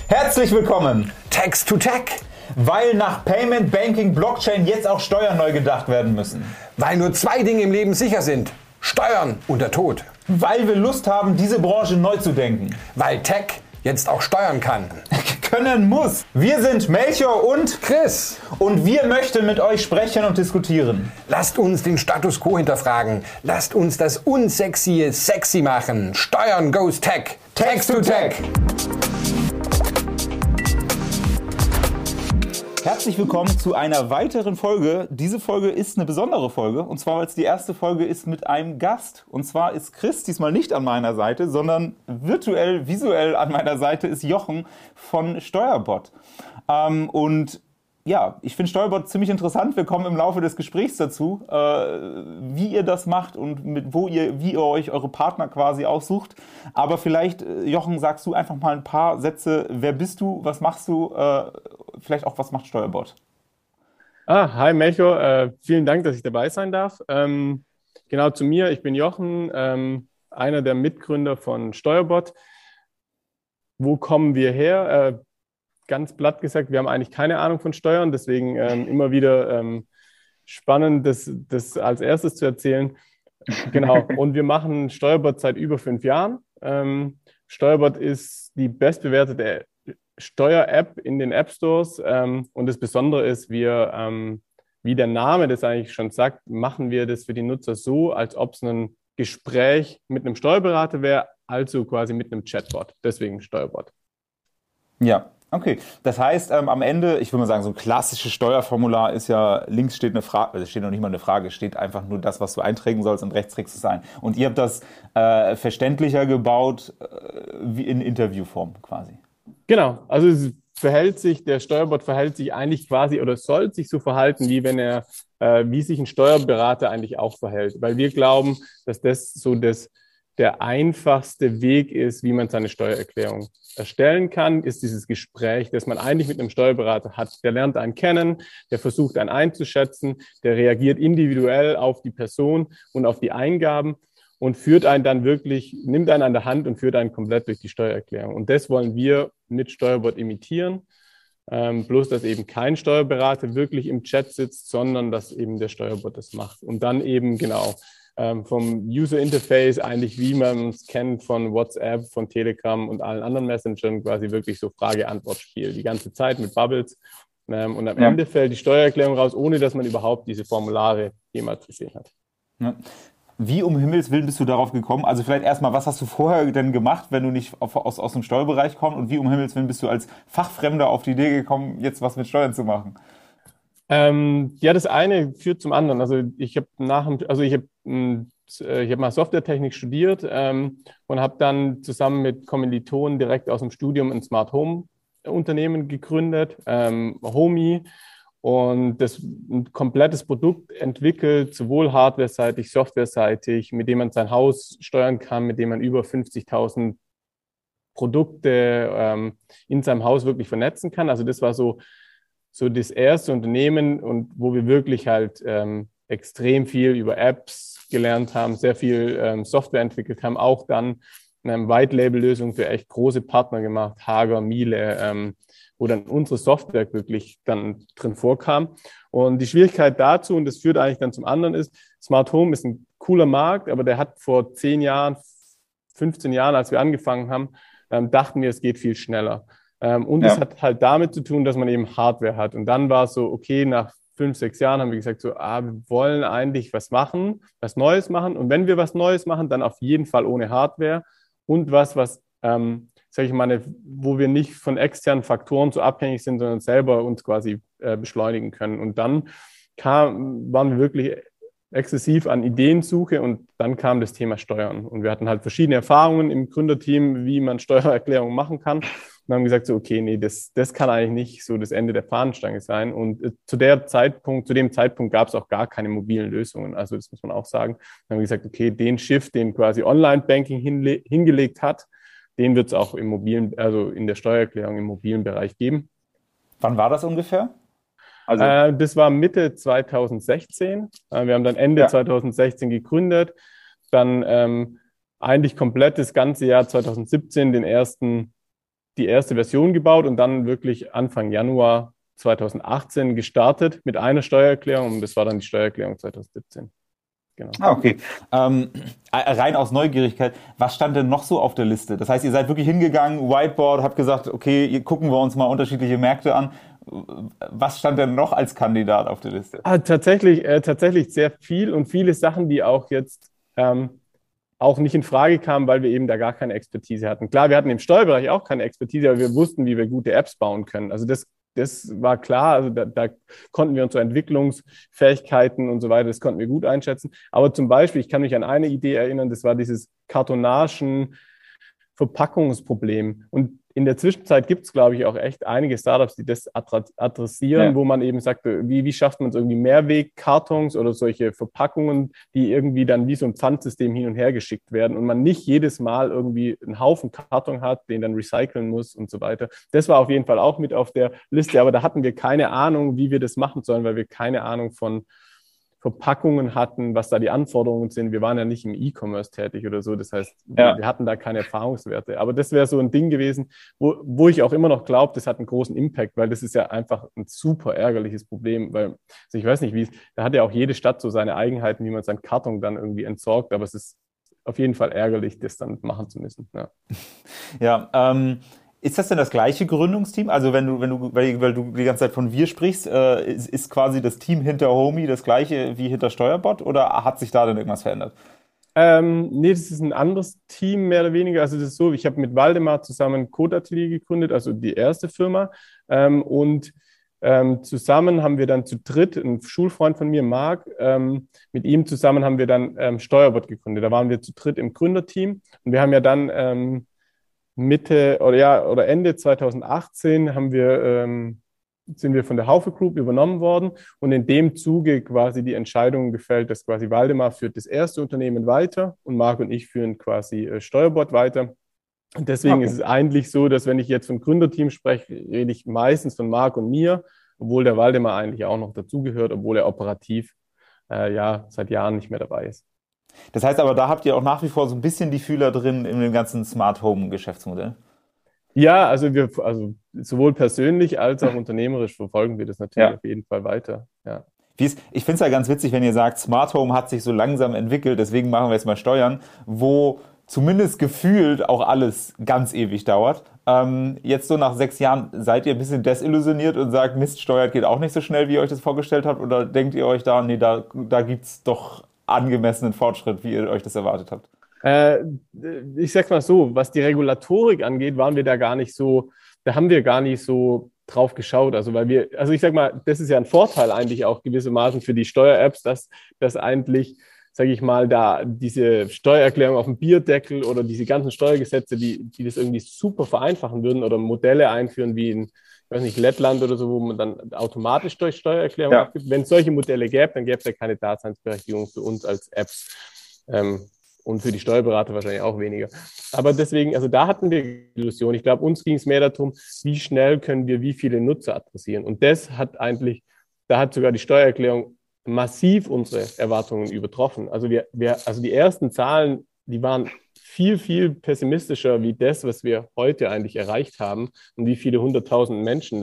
Herzlich willkommen! Tax to Tech! Weil nach Payment, Banking, Blockchain jetzt auch Steuern neu gedacht werden müssen. Weil nur zwei Dinge im Leben sicher sind: Steuern und der Tod. Weil wir Lust haben, diese Branche neu zu denken. Weil Tech jetzt auch steuern kann. Können muss. Wir sind Melchior und Chris. Und wir möchten mit euch sprechen und diskutieren. Lasst uns den Status Quo hinterfragen. Lasst uns das Unsexy sexy machen. Steuern goes Tech. Tax to Tech. Herzlich willkommen zu einer weiteren Folge. Diese Folge ist eine besondere Folge. Und zwar, weil es die erste Folge ist mit einem Gast. Und zwar ist Chris diesmal nicht an meiner Seite, sondern virtuell, visuell an meiner Seite ist Jochen von Steuerbot. Und ja, ich finde Steuerbot ziemlich interessant. Wir kommen im Laufe des Gesprächs dazu, wie ihr das macht und wie ihr euch eure Partner quasi aussucht. Aber vielleicht, Jochen, sagst du einfach mal ein paar Sätze. Wer bist du? Was machst du? Vielleicht auch, was macht Steuerbot? Hi Melchior, vielen Dank, dass ich dabei sein darf. Genau zu mir, ich bin Jochen, einer der Mitgründer von Steuerbot. Wo kommen wir her? Ganz platt gesagt, wir haben eigentlich keine Ahnung von Steuern, deswegen immer wieder spannend, das als erstes zu erzählen. Genau, und wir machen Steuerbot seit über 5 Jahren. Steuerbot ist die bestbewertete Steuer-App in den App Stores, und das Besondere ist, wir, wie der Name das eigentlich schon sagt, machen wir das für die Nutzer so, als ob es ein Gespräch mit einem Steuerberater wäre, also quasi mit einem Chatbot, deswegen Steuerbot. Ja, okay. Das heißt, am Ende, ich würde mal sagen, so ein klassisches Steuerformular ist ja, links steht eine Frage, also steht noch nicht mal eine Frage, steht einfach nur das, was du eintragen sollst, und rechts trägst du es ein. Und ihr habt das verständlicher gebaut, wie in Interviewform quasi. Genau, also der Steuerbot verhält sich eigentlich quasi oder soll sich so verhalten, wie wie sich ein Steuerberater eigentlich auch verhält. Weil wir glauben, dass das so der einfachste Weg ist, wie man seine Steuererklärung erstellen kann, ist dieses Gespräch, das man eigentlich mit einem Steuerberater hat. Der lernt einen kennen, der versucht einen einzuschätzen, der reagiert individuell auf die Person und auf die Eingaben und nimmt einen an der Hand und führt einen komplett durch die Steuererklärung. Und das wollen wir mit Steuerbot imitieren. Bloß, dass eben kein Steuerberater wirklich im Chat sitzt, sondern dass eben der Steuerbot das macht. Und dann eben genau vom User Interface eigentlich, wie man es kennt von WhatsApp, von Telegram und allen anderen Messengern, quasi wirklich so Frage-Antwort-Spiel die ganze Zeit mit Bubbles. Und am Ende fällt die Steuererklärung raus, ohne dass man überhaupt diese Formulare jemals gesehen hat. Ja. Wie um Himmels Willen bist du darauf gekommen? Also vielleicht erstmal, was hast du vorher denn gemacht, wenn du nicht aus dem Steuerbereich kommst? Und wie um Himmels Willen bist du als Fachfremder auf die Idee gekommen, jetzt was mit Steuern zu machen? Ja, das eine führt zum anderen. Also ich habe mal Softwaretechnik studiert und habe dann zusammen mit Kommilitonen direkt aus dem Studium ein Smart Home Unternehmen gegründet, Homey. Und das ein komplettes Produkt entwickelt, sowohl hardware-seitig, software-seitig, mit dem man sein Haus steuern kann, mit dem man über 50.000 Produkte in seinem Haus wirklich vernetzen kann. Also das war so das erste Unternehmen, und wo wir wirklich halt extrem viel über Apps gelernt haben, sehr viel Software entwickelt haben, auch dann eine White-Label-Lösung für echt große Partner gemacht, Hager, Miele, wo dann unsere Software wirklich dann drin vorkam. Und die Schwierigkeit dazu, und das führt eigentlich dann zum anderen, ist, Smart Home ist ein cooler Markt, aber der hat vor 10 Jahren, 15 Jahren, als wir angefangen haben, dachten wir, es geht viel schneller. Es hat halt damit zu tun, dass man eben Hardware hat. Und dann war es so, okay, nach 5, 6 Jahren haben wir gesagt, wir wollen eigentlich was machen, was Neues machen. Und wenn wir was Neues machen, dann auf jeden Fall ohne Hardware und sage ich mal, wo wir nicht von externen Faktoren so abhängig sind, sondern selber uns quasi beschleunigen können. Und dann waren wir wirklich exzessiv an Ideensuche, und dann kam das Thema Steuern. Und wir hatten halt verschiedene Erfahrungen im Gründerteam, wie man Steuererklärungen machen kann. Und haben gesagt, okay, nee, das kann eigentlich nicht so das Ende der Fahnenstange sein. Und zu dem Zeitpunkt gab es auch gar keine mobilen Lösungen. Also das muss man auch sagen. Dann haben wir gesagt, okay, den Shift, den quasi Online-Banking hingelegt hat, den wird es auch in der Steuererklärung im mobilen Bereich geben. Wann war das ungefähr? Das war Mitte 2016. Wir haben dann Ende 2016 gegründet. Dann eigentlich komplett das ganze Jahr 2017 den ersten die erste Version gebaut und dann wirklich Anfang Januar 2018 gestartet mit einer Steuererklärung und das war dann die Steuererklärung 2017. Genau. Okay. Rein aus Neugierigkeit, was stand denn noch so auf der Liste? Das heißt, ihr seid wirklich hingegangen, Whiteboard, habt gesagt, okay, gucken wir uns mal unterschiedliche Märkte an. Was stand denn noch als Kandidat auf der Liste? Tatsächlich sehr viel und viele Sachen, die auch jetzt auch nicht in Frage kamen, weil wir eben da gar keine Expertise hatten. Klar, wir hatten im Steuerbereich auch keine Expertise, aber wir wussten, wie wir gute Apps bauen können. Also das war klar, also da konnten wir uns so Entwicklungsfähigkeiten und so weiter, das konnten wir gut einschätzen. Aber zum Beispiel, ich kann mich an eine Idee erinnern, das war dieses Kartonagen-Verpackungsproblem. Und in der Zwischenzeit gibt es, glaube ich, auch echt einige Startups, die das adressieren, wo man eben sagt, wie schafft man es irgendwie Mehrwegkartons oder solche Verpackungen, die irgendwie dann wie so ein Pfandsystem hin und her geschickt werden und man nicht jedes Mal irgendwie einen Haufen Karton hat, den dann recyceln muss und so weiter. Das war auf jeden Fall auch mit auf der Liste, aber da hatten wir keine Ahnung, wie wir das machen sollen, weil wir keine Ahnung von Verpackungen hatten, was da die Anforderungen sind. Wir waren ja nicht im E-Commerce tätig oder so. Das heißt, wir hatten da keine Erfahrungswerte. Aber das wäre so ein Ding gewesen, wo ich auch immer noch glaube, das hat einen großen Impact, weil das ist ja einfach ein super ärgerliches Problem. Weil, also ich weiß nicht, da hat ja auch jede Stadt so seine Eigenheiten, wie man seinen Karton dann irgendwie entsorgt. Aber es ist auf jeden Fall ärgerlich, das dann machen zu müssen. Ist das denn das gleiche Gründungsteam? Also weil du die ganze Zeit von wir sprichst, ist quasi das Team hinter Homey das gleiche wie hinter Steuerbot oder hat sich da denn irgendwas verändert? Nee, das ist ein anderes Team, mehr oder weniger. Also das ist so, ich habe mit Waldemar zusammen Code Atelier gegründet, also die erste Firma. Zusammen haben wir dann zu dritt, ein Schulfreund von mir, Marc, mit ihm zusammen haben wir dann Steuerbot gegründet. Da waren wir zu dritt im Gründerteam und wir haben ja dann Ende 2018 sind wir von der Haufe Group übernommen worden und in dem Zuge quasi die Entscheidung gefällt, dass quasi Waldemar führt das erste Unternehmen weiter und Marc und ich führen quasi Steuerbot weiter. Und deswegen ist es eigentlich so, dass wenn ich jetzt vom Gründerteam spreche, rede ich meistens von Marc und mir, obwohl der Waldemar eigentlich auch noch dazugehört, obwohl er operativ seit Jahren nicht mehr dabei ist. Das heißt aber, da habt ihr auch nach wie vor so ein bisschen die Fühler drin in dem ganzen Smart Home Geschäftsmodell? Ja, also sowohl persönlich als auch unternehmerisch verfolgen wir das natürlich auf jeden Fall weiter. Ja. Ich finde es ja ganz witzig, wenn ihr sagt, Smart Home hat sich so langsam entwickelt, deswegen machen wir jetzt mal Steuern, wo zumindest gefühlt auch alles ganz ewig dauert. Jetzt so nach 6 Jahren, seid ihr ein bisschen desillusioniert und sagt, Mist, Steuert geht auch nicht so schnell, wie ihr euch das vorgestellt habt? Oder denkt ihr euch da gibt es doch angemessenen Fortschritt, wie ihr euch das erwartet habt? Ich sag's mal so, was die Regulatorik angeht, da haben wir gar nicht so drauf geschaut. Also ich sag mal, das ist ja ein Vorteil eigentlich auch gewissermaßen für die Steuer-Apps, dass eigentlich, sage ich mal, da diese Steuererklärung auf dem Bierdeckel oder diese ganzen Steuergesetze, die das irgendwie super vereinfachen würden oder Modelle einführen wie in, ich weiß nicht, Lettland oder so, wo man dann automatisch durch Steuererklärung abgibt. Wenn es solche Modelle gäbe, dann gäbe es ja keine Daseinsberechtigung für uns als Apps. Und für die Steuerberater wahrscheinlich auch weniger. Aber deswegen, also da hatten wir Illusionen. Ich glaube, uns ging es mehr darum, wie schnell können wir wie viele Nutzer adressieren. Und da hat sogar die Steuererklärung massiv unsere Erwartungen übertroffen. Also also die ersten Zahlen, die waren viel, viel pessimistischer wie das, was wir heute eigentlich erreicht haben und wie viele hunderttausenden Menschen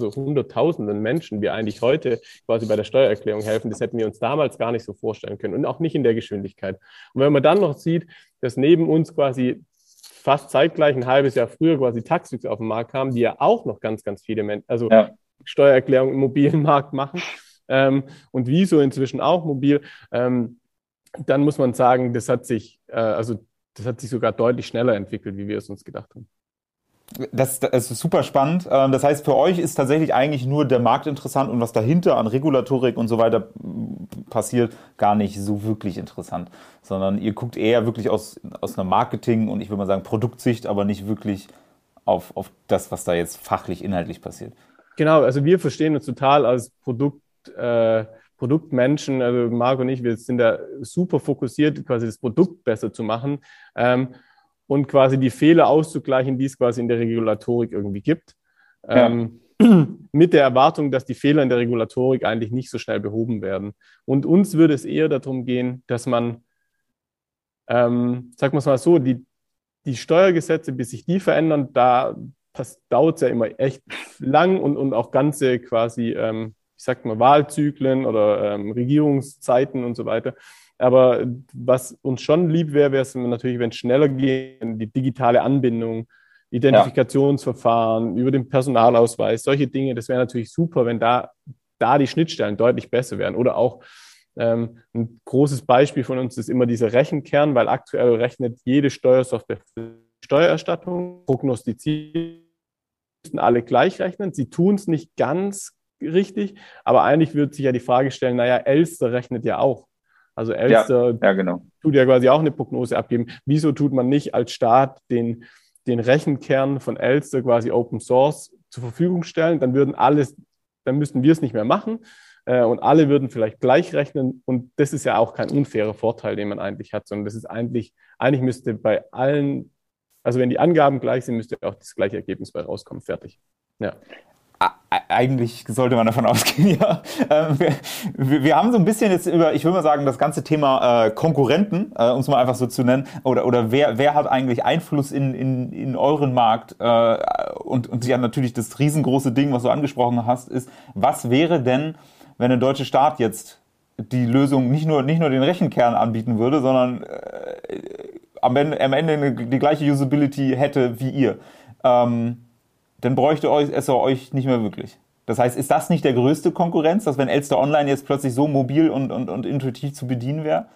wir eigentlich heute quasi bei der Steuererklärung helfen. Das hätten wir uns damals gar nicht so vorstellen können und auch nicht in der Geschwindigkeit. Und wenn man dann noch sieht, dass neben uns quasi fast zeitgleich ein halbes Jahr früher quasi Taxfix auf den Markt kamen, die ja auch noch ganz, ganz viele Menschen, Steuererklärung im mobilen Markt machen und Wieso inzwischen auch mobil, dann muss man sagen, das hat sich sogar deutlich schneller entwickelt, wie wir es uns gedacht haben. Das ist super spannend. Das heißt, für euch ist tatsächlich eigentlich nur der Markt interessant und was dahinter an Regulatorik und so weiter passiert, gar nicht so wirklich interessant. Sondern ihr guckt eher wirklich aus einer Marketing- und ich würde mal sagen Produktsicht, aber nicht wirklich auf das, was da jetzt fachlich, inhaltlich passiert. Genau, also wir verstehen uns total als Produktmenschen, also Marc und ich, wir sind da super fokussiert, quasi das Produkt besser zu machen und quasi die Fehler auszugleichen, die es quasi in der Regulatorik irgendwie gibt. Mit der Erwartung, dass die Fehler in der Regulatorik eigentlich nicht so schnell behoben werden. Und uns würde es eher darum gehen, dass man, sagen wir es mal so, die Steuergesetze, bis sich die verändern, da dauert es ja immer echt lang und auch ganze quasi, ich sag mal, Wahlzyklen oder Regierungszeiten und so weiter. Aber was uns schon lieb wäre, wäre es natürlich, wenn es schneller geht, die digitale Anbindung, Identifikationsverfahren, über den Personalausweis, solche Dinge. Das wäre natürlich super, wenn da die Schnittstellen deutlich besser wären. Oder auch ein großes Beispiel von uns ist immer dieser Rechenkern, weil aktuell rechnet jede Steuersoftware für Steuererstattung, prognostiziert, müssen alle gleich rechnen. Sie tun es nicht ganz richtig, aber eigentlich würde sich ja die Frage stellen, naja, Elster rechnet ja auch. Also Elster genau. tut ja quasi auch eine Prognose abgeben. Wieso tut man nicht als Staat den Rechenkern von Elster quasi Open Source zur Verfügung stellen? Dann müssten wir es nicht mehr machen und alle würden vielleicht gleich rechnen. Und das ist ja auch kein unfairer Vorteil, den man eigentlich hat, sondern das ist eigentlich müsste bei allen, also wenn die Angaben gleich sind, müsste auch das gleiche Ergebnis bei rauskommen. Fertig. Ja. Eigentlich sollte man davon ausgehen, ja. Wir haben so ein bisschen jetzt über, ich würde mal sagen, das ganze Thema Konkurrenten, um es mal einfach so zu nennen, oder wer hat eigentlich Einfluss in euren Markt? Und ja, natürlich das riesengroße Ding, was du angesprochen hast, ist, was wäre denn, wenn der deutsche Staat jetzt die Lösung nicht nur den Rechenkern anbieten würde, sondern am Ende die gleiche Usability hätte wie ihr? Dann bräuchte es euch nicht mehr wirklich. Das heißt, ist das nicht der größte Konkurrenz, dass wenn Elster Online jetzt plötzlich so mobil und intuitiv zu bedienen wäre?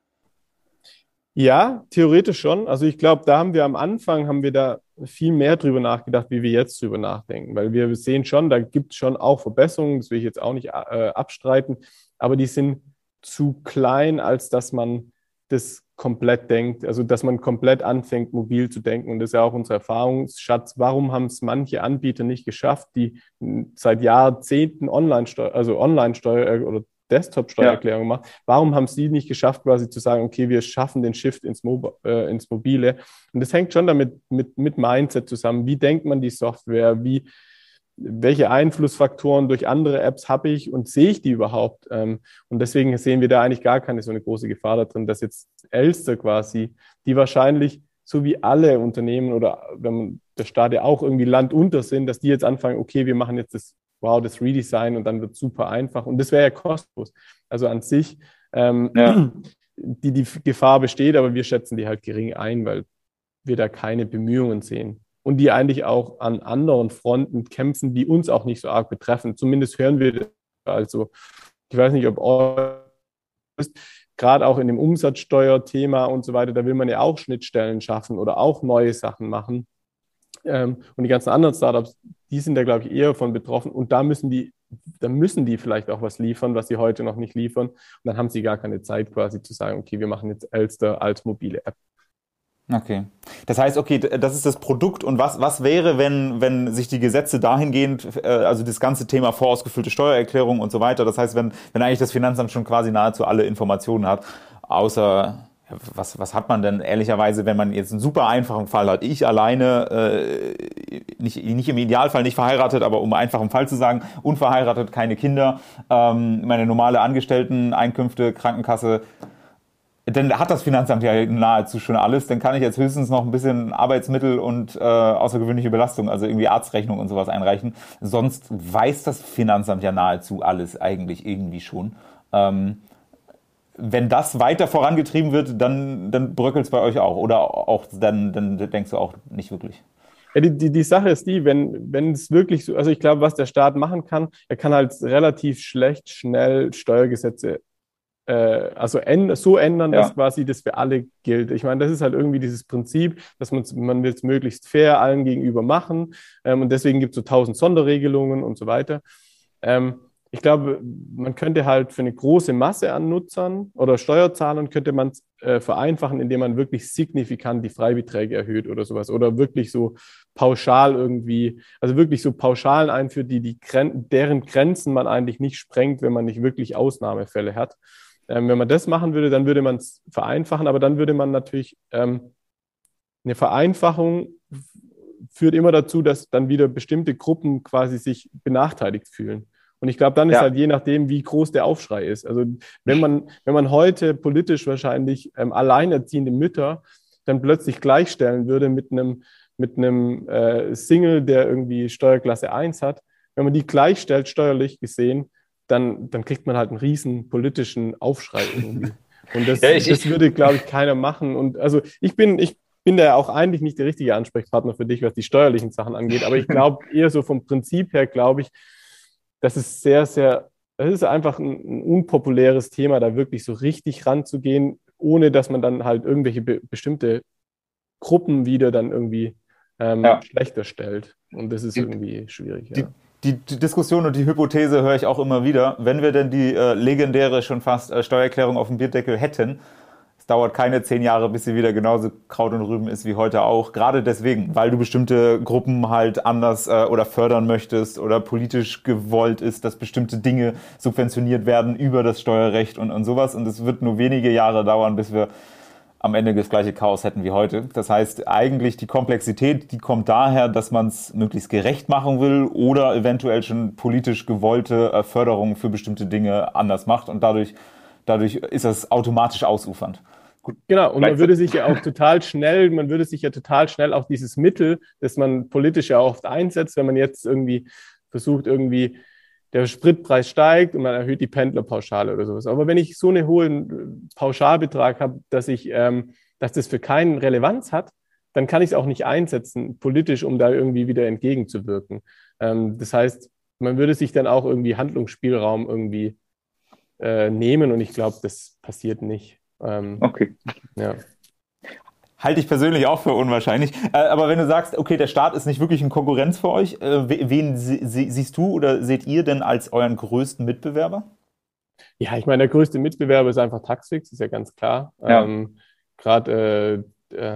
Ja, theoretisch schon. Also ich glaube, am Anfang haben wir da viel mehr drüber nachgedacht, wie wir jetzt drüber nachdenken. Weil wir sehen schon, da gibt es schon auch Verbesserungen, das will ich jetzt auch nicht abstreiten, aber die sind zu klein, als dass man das komplett denkt, also dass man komplett anfängt, mobil zu denken. Und das ist ja auch unser Erfahrungsschatz. Warum haben es manche Anbieter nicht geschafft, die seit Jahrzehnten Online-Steuer oder Desktop-Steuererklärung machen? Warum haben sie nicht geschafft, quasi zu sagen, okay, wir schaffen den Shift ins Mobile? Und das hängt schon damit mit Mindset zusammen. Wie denkt man die Software? Welche Einflussfaktoren durch andere Apps habe ich und sehe ich die überhaupt? Und deswegen sehen wir da eigentlich gar keine so eine große Gefahr da drin, dass jetzt Elster quasi, die wahrscheinlich so wie alle Unternehmen oder wenn der Staat ja auch irgendwie landunter sind, dass die jetzt anfangen, okay, wir machen jetzt das Redesign und dann wird es super einfach. Und das wäre ja kostenlos. Also an sich, die Gefahr besteht, aber wir schätzen die halt gering ein, weil wir da keine Bemühungen sehen. Und die eigentlich auch an anderen Fronten kämpfen, die uns auch nicht so arg betreffen. Zumindest hören wir das. Also, ich weiß nicht, ob gerade auch in dem Umsatzsteuerthema und so weiter, da will man ja auch Schnittstellen schaffen oder auch neue Sachen machen. Und die ganzen anderen Startups, die sind da, glaube ich, eher von betroffen. Und da müssen die vielleicht auch was liefern, was sie heute noch nicht liefern. Und dann haben sie gar keine Zeit quasi zu sagen, okay, wir machen jetzt Elster als mobile App. Okay. Das heißt, okay, das ist das Produkt. Und was wäre, wenn sich die Gesetze dahingehend, also das ganze Thema vorausgefüllte Steuererklärung und so weiter, das heißt, wenn eigentlich das Finanzamt schon quasi nahezu alle Informationen hat, außer, was hat man denn ehrlicherweise, wenn man jetzt einen super einfachen Fall hat? Ich alleine, nicht im Idealfall nicht verheiratet, aber um einen einfachen Fall zu sagen, unverheiratet, keine Kinder, meine normale Angestellteneinkünfte, Krankenkasse, dann hat das Finanzamt ja nahezu schon alles. Dann kann ich jetzt höchstens noch ein bisschen Arbeitsmittel und außergewöhnliche Belastung, also irgendwie Arztrechnung und sowas einreichen. Sonst weiß das Finanzamt ja nahezu alles eigentlich irgendwie schon. Wenn das weiter vorangetrieben wird, dann bröckelt es bei euch auch. Oder auch dann denkst du auch nicht wirklich. Ja, die Sache ist die, wenn es wirklich so, also ich glaube, was der Staat machen kann, er kann halt relativ schnell Steuergesetze so ändern, dass quasi das für alle gilt. Ich meine, das ist halt irgendwie dieses Prinzip, dass man will es möglichst fair allen gegenüber machen und deswegen gibt es so 1000 Sonderregelungen und so weiter. Ich glaube, man könnte halt für eine große Masse an Nutzern oder Steuerzahlern könnte man es vereinfachen, indem man wirklich signifikant die Freibeträge erhöht oder sowas oder wirklich so pauschal irgendwie, also wirklich so Pauschalen einführt, deren Grenzen man eigentlich nicht sprengt, wenn man nicht wirklich Ausnahmefälle hat. Wenn man das machen würde, dann würde man es vereinfachen, aber dann würde man natürlich eine Vereinfachung führt immer dazu, dass dann wieder bestimmte Gruppen quasi sich benachteiligt fühlen. Und ich glaube, dann ist halt je nachdem, wie groß der Aufschrei ist. Also wenn man heute politisch wahrscheinlich alleinerziehende Mütter dann plötzlich gleichstellen würde mit einem mit einem Single, der irgendwie Steuerklasse 1 hat, wenn man die gleichstellt, steuerlich gesehen, dann kriegt man halt einen riesen politischen Aufschrei irgendwie. Und das würde, glaube ich, keiner machen. Und also ich bin da ja auch eigentlich nicht der richtige Ansprechpartner für dich, was die steuerlichen Sachen angeht. Aber ich glaube eher so vom Prinzip her, glaube ich, dass es das ist einfach ein unpopuläres Thema, da wirklich so richtig ranzugehen, ohne dass man dann halt irgendwelche bestimmte Gruppen wieder dann irgendwie schlechter stellt. Und das ist irgendwie schwierig. Ja. Die Diskussion und die Hypothese höre ich auch immer wieder. Wenn wir denn die legendäre schon fast Steuererklärung auf dem Bierdeckel hätten, es dauert keine 10 Jahre, bis sie wieder genauso Kraut und Rüben ist wie heute auch. Gerade deswegen, weil du bestimmte Gruppen halt anders oder fördern möchtest oder politisch gewollt ist, dass bestimmte Dinge subventioniert werden über das Steuerrecht und sowas. Und es wird nur wenige Jahre dauern, bis wir am Ende das gleiche Chaos hätten wie heute. Das heißt, eigentlich die Komplexität, die kommt daher, dass man es möglichst gerecht machen will oder eventuell schon politisch gewollte Förderungen für bestimmte Dinge anders macht und dadurch ist das automatisch ausufernd. Gut, genau, und man würde sich ja total schnell auf dieses Mittel, das man politisch ja oft einsetzt, wenn man jetzt irgendwie versucht, der Spritpreis steigt und man erhöht die Pendlerpauschale oder sowas. Aber wenn ich so einen hohen Pauschalbetrag habe, dass das für keinen Relevanz hat, dann kann ich es auch nicht einsetzen, politisch, um da irgendwie wieder entgegenzuwirken. Das heißt, man würde sich dann auch irgendwie Handlungsspielraum irgendwie nehmen und ich glaube, das passiert nicht. Okay. Ja. Halte ich persönlich auch für unwahrscheinlich. Aber wenn du sagst, okay, der Staat ist nicht wirklich eine Konkurrenz für euch, wen siehst du oder seht ihr denn als euren größten Mitbewerber? Ja, ich meine, der größte Mitbewerber ist einfach Taxfix, ist ja ganz klar. Ja. Gerade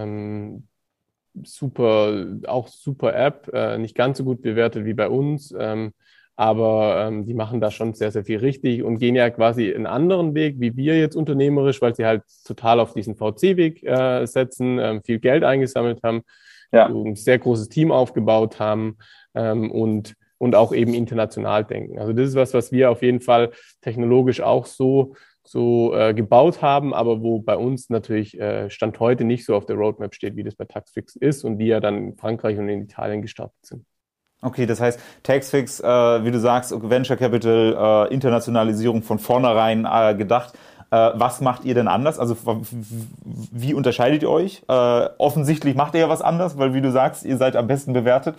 super App, nicht ganz so gut bewertet wie bei uns, aber die machen da schon sehr, sehr viel richtig und gehen ja quasi einen anderen Weg, wie wir jetzt unternehmerisch, weil sie halt total auf diesen VC-Weg setzen, viel Geld eingesammelt haben, ein sehr großes Team aufgebaut haben und auch eben international denken. Also das ist was wir auf jeden Fall technologisch auch so gebaut haben, aber wo bei uns natürlich Stand heute nicht so auf der Roadmap steht, wie das bei Taxfix ist und die ja dann in Frankreich und in Italien gestartet sind. Okay, das heißt, Taxfix, wie du sagst, Venture Capital, Internationalisierung von vornherein gedacht. Was macht ihr denn anders? Also wie unterscheidet ihr euch? Offensichtlich macht ihr ja was anders, weil wie du sagst, ihr seid am besten bewertet.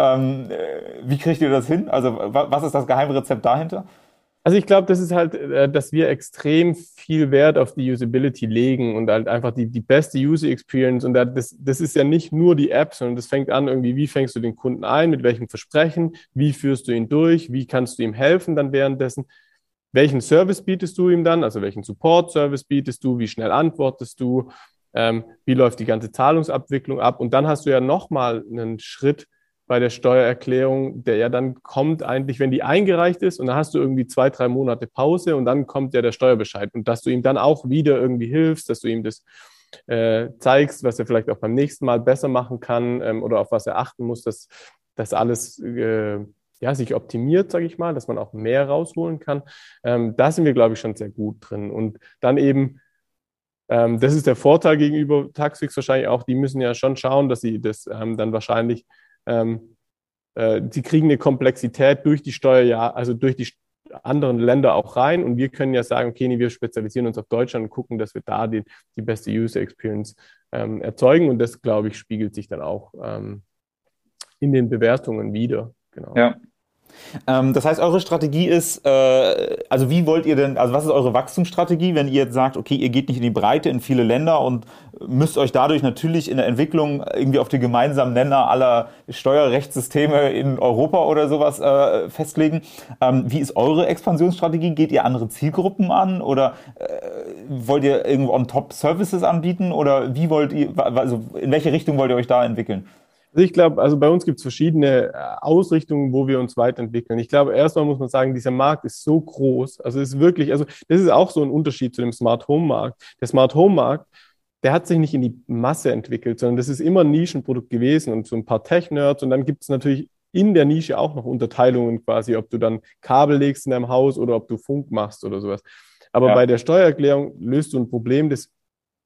Wie kriegt ihr das hin? Also was ist das Geheimrezept dahinter? Also ich glaube, das ist halt, dass wir extrem viel Wert auf die Usability legen und halt einfach die beste User Experience. Und das ist ja nicht nur die App, sondern das fängt an irgendwie, wie fängst du den Kunden ein, mit welchem Versprechen, wie führst du ihn durch, wie kannst du ihm helfen dann währenddessen, welchen Service bietest du ihm dann, also welchen Support-Service bietest du, wie schnell antwortest du, wie läuft die ganze Zahlungsabwicklung ab. Und dann hast du ja nochmal einen Schritt bei der Steuererklärung, der ja dann kommt eigentlich, wenn die eingereicht ist und dann hast du irgendwie 2-3 Monate Pause und dann kommt ja der Steuerbescheid und dass du ihm dann auch wieder irgendwie hilfst, dass du ihm das zeigst, was er vielleicht auch beim nächsten Mal besser machen kann oder auf was er achten muss, dass das alles sich optimiert, sage ich mal, dass man auch mehr rausholen kann. Da sind wir, glaube ich, schon sehr gut drin und dann eben das ist der Vorteil gegenüber Taxfix wahrscheinlich auch, die müssen ja schon schauen, dass sie das dann wahrscheinlich sie kriegen eine Komplexität durch die Steuer, also durch die anderen Länder auch rein und wir können ja sagen, okay, nee, wir spezialisieren uns auf Deutschland und gucken, dass wir da die beste User Experience erzeugen und das, glaube ich, spiegelt sich dann auch in den Bewertungen wieder. Genau. Ja. Das heißt, eure Strategie ist, also wie wollt ihr denn, also was ist eure Wachstumsstrategie, wenn ihr jetzt sagt, okay, ihr geht nicht in die Breite in viele Länder und müsst euch dadurch natürlich in der Entwicklung irgendwie auf die gemeinsamen Nenner aller Steuerrechtssysteme in Europa oder sowas festlegen. Wie ist eure Expansionsstrategie? Geht ihr andere Zielgruppen an oder wollt ihr irgendwo on top Services anbieten oder wie wollt ihr, also in welche Richtung wollt ihr euch da entwickeln? Also ich glaube, also bei uns gibt es verschiedene Ausrichtungen, wo wir uns weiterentwickeln. Ich glaube, erstmal muss man sagen, dieser Markt ist so groß. Also es ist wirklich, also das ist auch so ein Unterschied zu dem Smart Home Markt. Der Smart Home Markt, der hat sich nicht in die Masse entwickelt, sondern das ist immer ein Nischenprodukt gewesen und so ein paar Tech-Nerds. Und dann gibt es natürlich in der Nische auch noch Unterteilungen quasi, ob du dann Kabel legst in deinem Haus oder ob du Funk machst oder sowas. Aber bei der Steuererklärung löst du ein Problem, das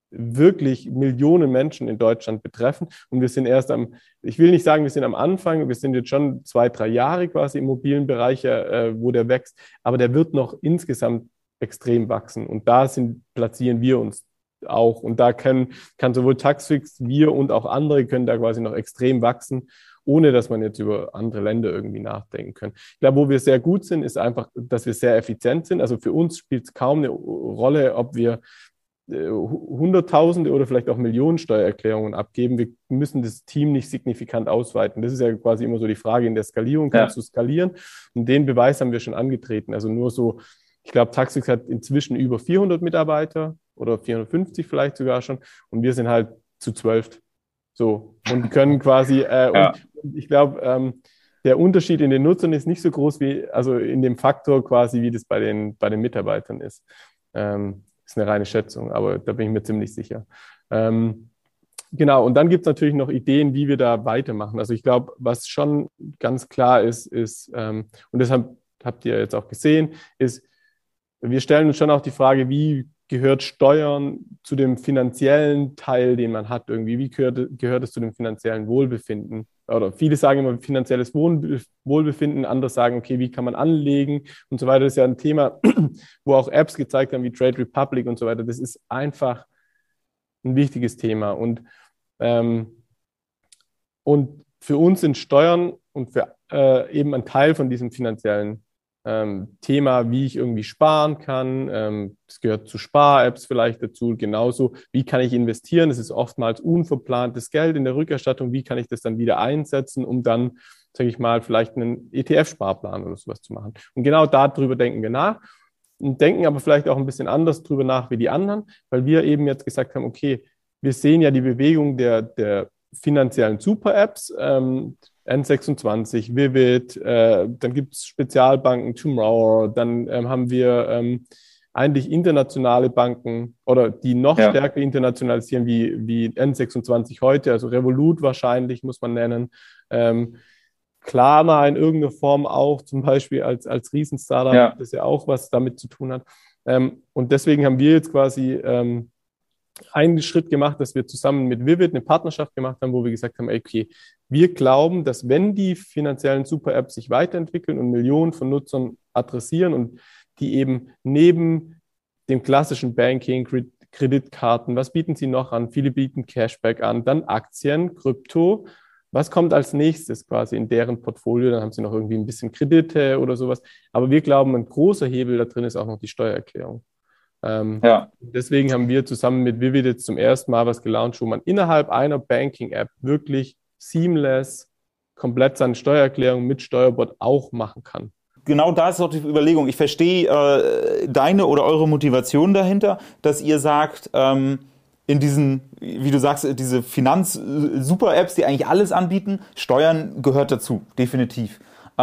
wirklich Millionen Menschen in Deutschland betreffen. Und wir sind ich will nicht sagen, wir sind am Anfang, wir sind jetzt schon 2, 3 Jahre quasi im mobilen Bereich, wo der wächst, aber der wird noch insgesamt extrem wachsen. Und da platzieren wir uns auch. Und da kann sowohl Taxfix, wir und auch andere können da quasi noch extrem wachsen, ohne dass man jetzt über andere Länder irgendwie nachdenken kann. Ich glaube, wo wir sehr gut sind, ist einfach, dass wir sehr effizient sind. Also für uns spielt es kaum eine Rolle, ob wir Hunderttausende oder vielleicht auch Millionen Steuererklärungen abgeben. Wir müssen das Team nicht signifikant ausweiten. Das ist ja quasi immer so die Frage in der Skalierung, kannst du skalieren? Und den Beweis haben wir schon angetreten. Also nur so, ich glaube, Taxfix hat inzwischen über 400 Mitarbeiter oder 450 vielleicht sogar schon. Und wir sind halt zu 12. So, und können quasi, und ich glaube, der Unterschied in den Nutzern ist nicht so groß also in dem Faktor quasi, wie das bei den Mitarbeitern ist. Ist eine reine Schätzung, aber da bin ich mir ziemlich sicher. Genau, und dann gibt es natürlich noch Ideen, wie wir da weitermachen. Also ich glaube, was schon ganz klar ist, und deshalb habt ihr jetzt auch gesehen, ist, wir stellen uns schon auch die Frage, wie gehört Steuern zu dem finanziellen Teil, den man hat irgendwie? Wie gehört es zu dem finanziellen Wohlbefinden? Oder viele sagen immer finanzielles Wohlbefinden, andere sagen, okay, wie kann man anlegen und so weiter. Das ist ja ein Thema, wo auch Apps gezeigt haben, wie Trade Republic und so weiter. Das ist einfach ein wichtiges Thema. Und für uns sind Steuern und für eben ein Teil von diesem finanziellen Thema, wie ich irgendwie sparen kann. Es gehört zu Spar-Apps vielleicht dazu. Genauso, wie kann ich investieren? Das ist oftmals unverplantes Geld in der Rückerstattung. Wie kann ich das dann wieder einsetzen, um dann, sage ich mal, vielleicht einen ETF-Sparplan oder sowas zu machen? Und genau darüber denken wir nach und denken aber vielleicht auch ein bisschen anders drüber nach wie die anderen, weil wir eben jetzt gesagt haben, okay, wir sehen ja die Bewegung der finanziellen Super-Apps, N26, Vivid, dann gibt es Spezialbanken, Tomorrow, dann haben wir eigentlich internationale Banken oder die noch stärker internationalisieren wie N26 heute, also Revolut wahrscheinlich, muss man nennen. Klarna in irgendeiner Form auch, zum Beispiel als Riesen-Startup, das ja auch was damit zu tun hat. Und deswegen haben wir jetzt quasi einen Schritt gemacht, dass wir zusammen mit Vivid eine Partnerschaft gemacht haben, wo wir gesagt haben, okay, wir glauben, dass wenn die finanziellen Super-Apps sich weiterentwickeln und Millionen von Nutzern adressieren und die eben neben dem klassischen Banking, Kreditkarten, was bieten sie noch an? Viele bieten Cashback an, dann Aktien, Krypto. Was kommt als nächstes quasi in deren Portfolio? Dann haben sie noch irgendwie ein bisschen Kredite oder sowas. Aber wir glauben, ein großer Hebel da drin ist auch noch die Steuererklärung. Deswegen haben wir zusammen mit Vivid jetzt zum ersten Mal was gelauncht, wo man innerhalb einer Banking-App wirklich seamless komplett seine Steuererklärung mit Steuerbot auch machen kann. Genau da ist auch die Überlegung. Ich verstehe deine oder eure Motivation dahinter, dass ihr sagt, in diesen, wie du sagst, diese Finanz-Super-Apps, die eigentlich alles anbieten, Steuern gehört dazu, definitiv.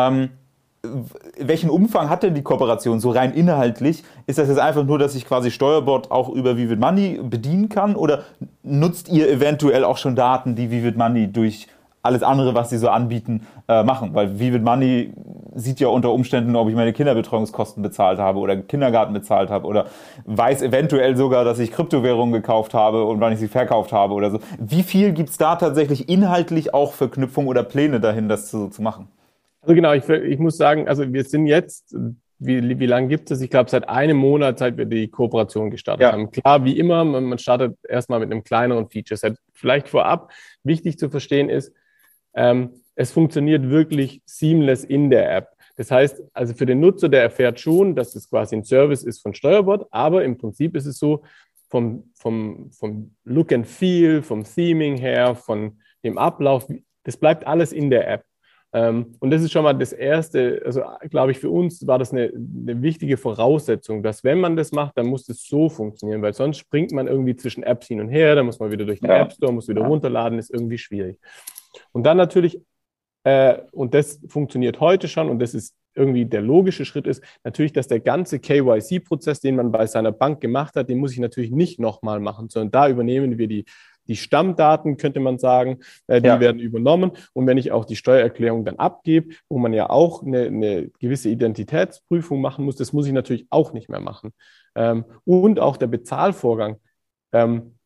Welchen Umfang hat denn die Kooperation so rein inhaltlich? Ist das jetzt einfach nur, dass ich quasi Steuerbot auch über Vivid Money bedienen kann? Oder nutzt ihr eventuell auch schon Daten, die Vivid Money durch alles andere, was sie so anbieten, machen? Weil Vivid Money sieht ja unter Umständen, ob ich meine Kinderbetreuungskosten bezahlt habe oder Kindergarten bezahlt habe oder weiß eventuell sogar, dass ich Kryptowährungen gekauft habe und wann ich sie verkauft habe oder so. Wie viel gibt es da tatsächlich inhaltlich auch Verknüpfung oder Pläne dahin, das zu machen? Also genau, ich muss sagen, also wir sind jetzt, wie lange gibt es? Ich glaube, seit einem Monat, seit wir die Kooperation gestartet haben. Klar, wie immer, man startet erstmal mit einem kleineren Feature-Set. Vielleicht vorab wichtig zu verstehen ist, es funktioniert wirklich seamless in der App. Das heißt, also für den Nutzer, der erfährt schon, dass es quasi ein Service ist von Steuerbot, aber im Prinzip ist es so, vom Look and Feel, vom Theming her, von dem Ablauf, das bleibt alles in der App. Und das ist schon mal das Erste, also glaube ich, für uns war das eine wichtige Voraussetzung, dass wenn man das macht, dann muss das so funktionieren, weil sonst springt man irgendwie zwischen Apps hin und her, dann muss man wieder durch den App Store, muss wieder runterladen, ist irgendwie schwierig. Und dann natürlich, und das funktioniert heute schon und das ist irgendwie der logische Schritt ist, natürlich, dass der ganze KYC-Prozess, den man bei seiner Bank gemacht hat, den muss ich natürlich nicht nochmal machen, sondern da übernehmen wir die Stammdaten, könnte man sagen, die werden übernommen. Und wenn ich auch die Steuererklärung dann abgebe, wo man ja auch eine gewisse Identitätsprüfung machen muss, das muss ich natürlich auch nicht mehr machen. Und auch der Bezahlvorgang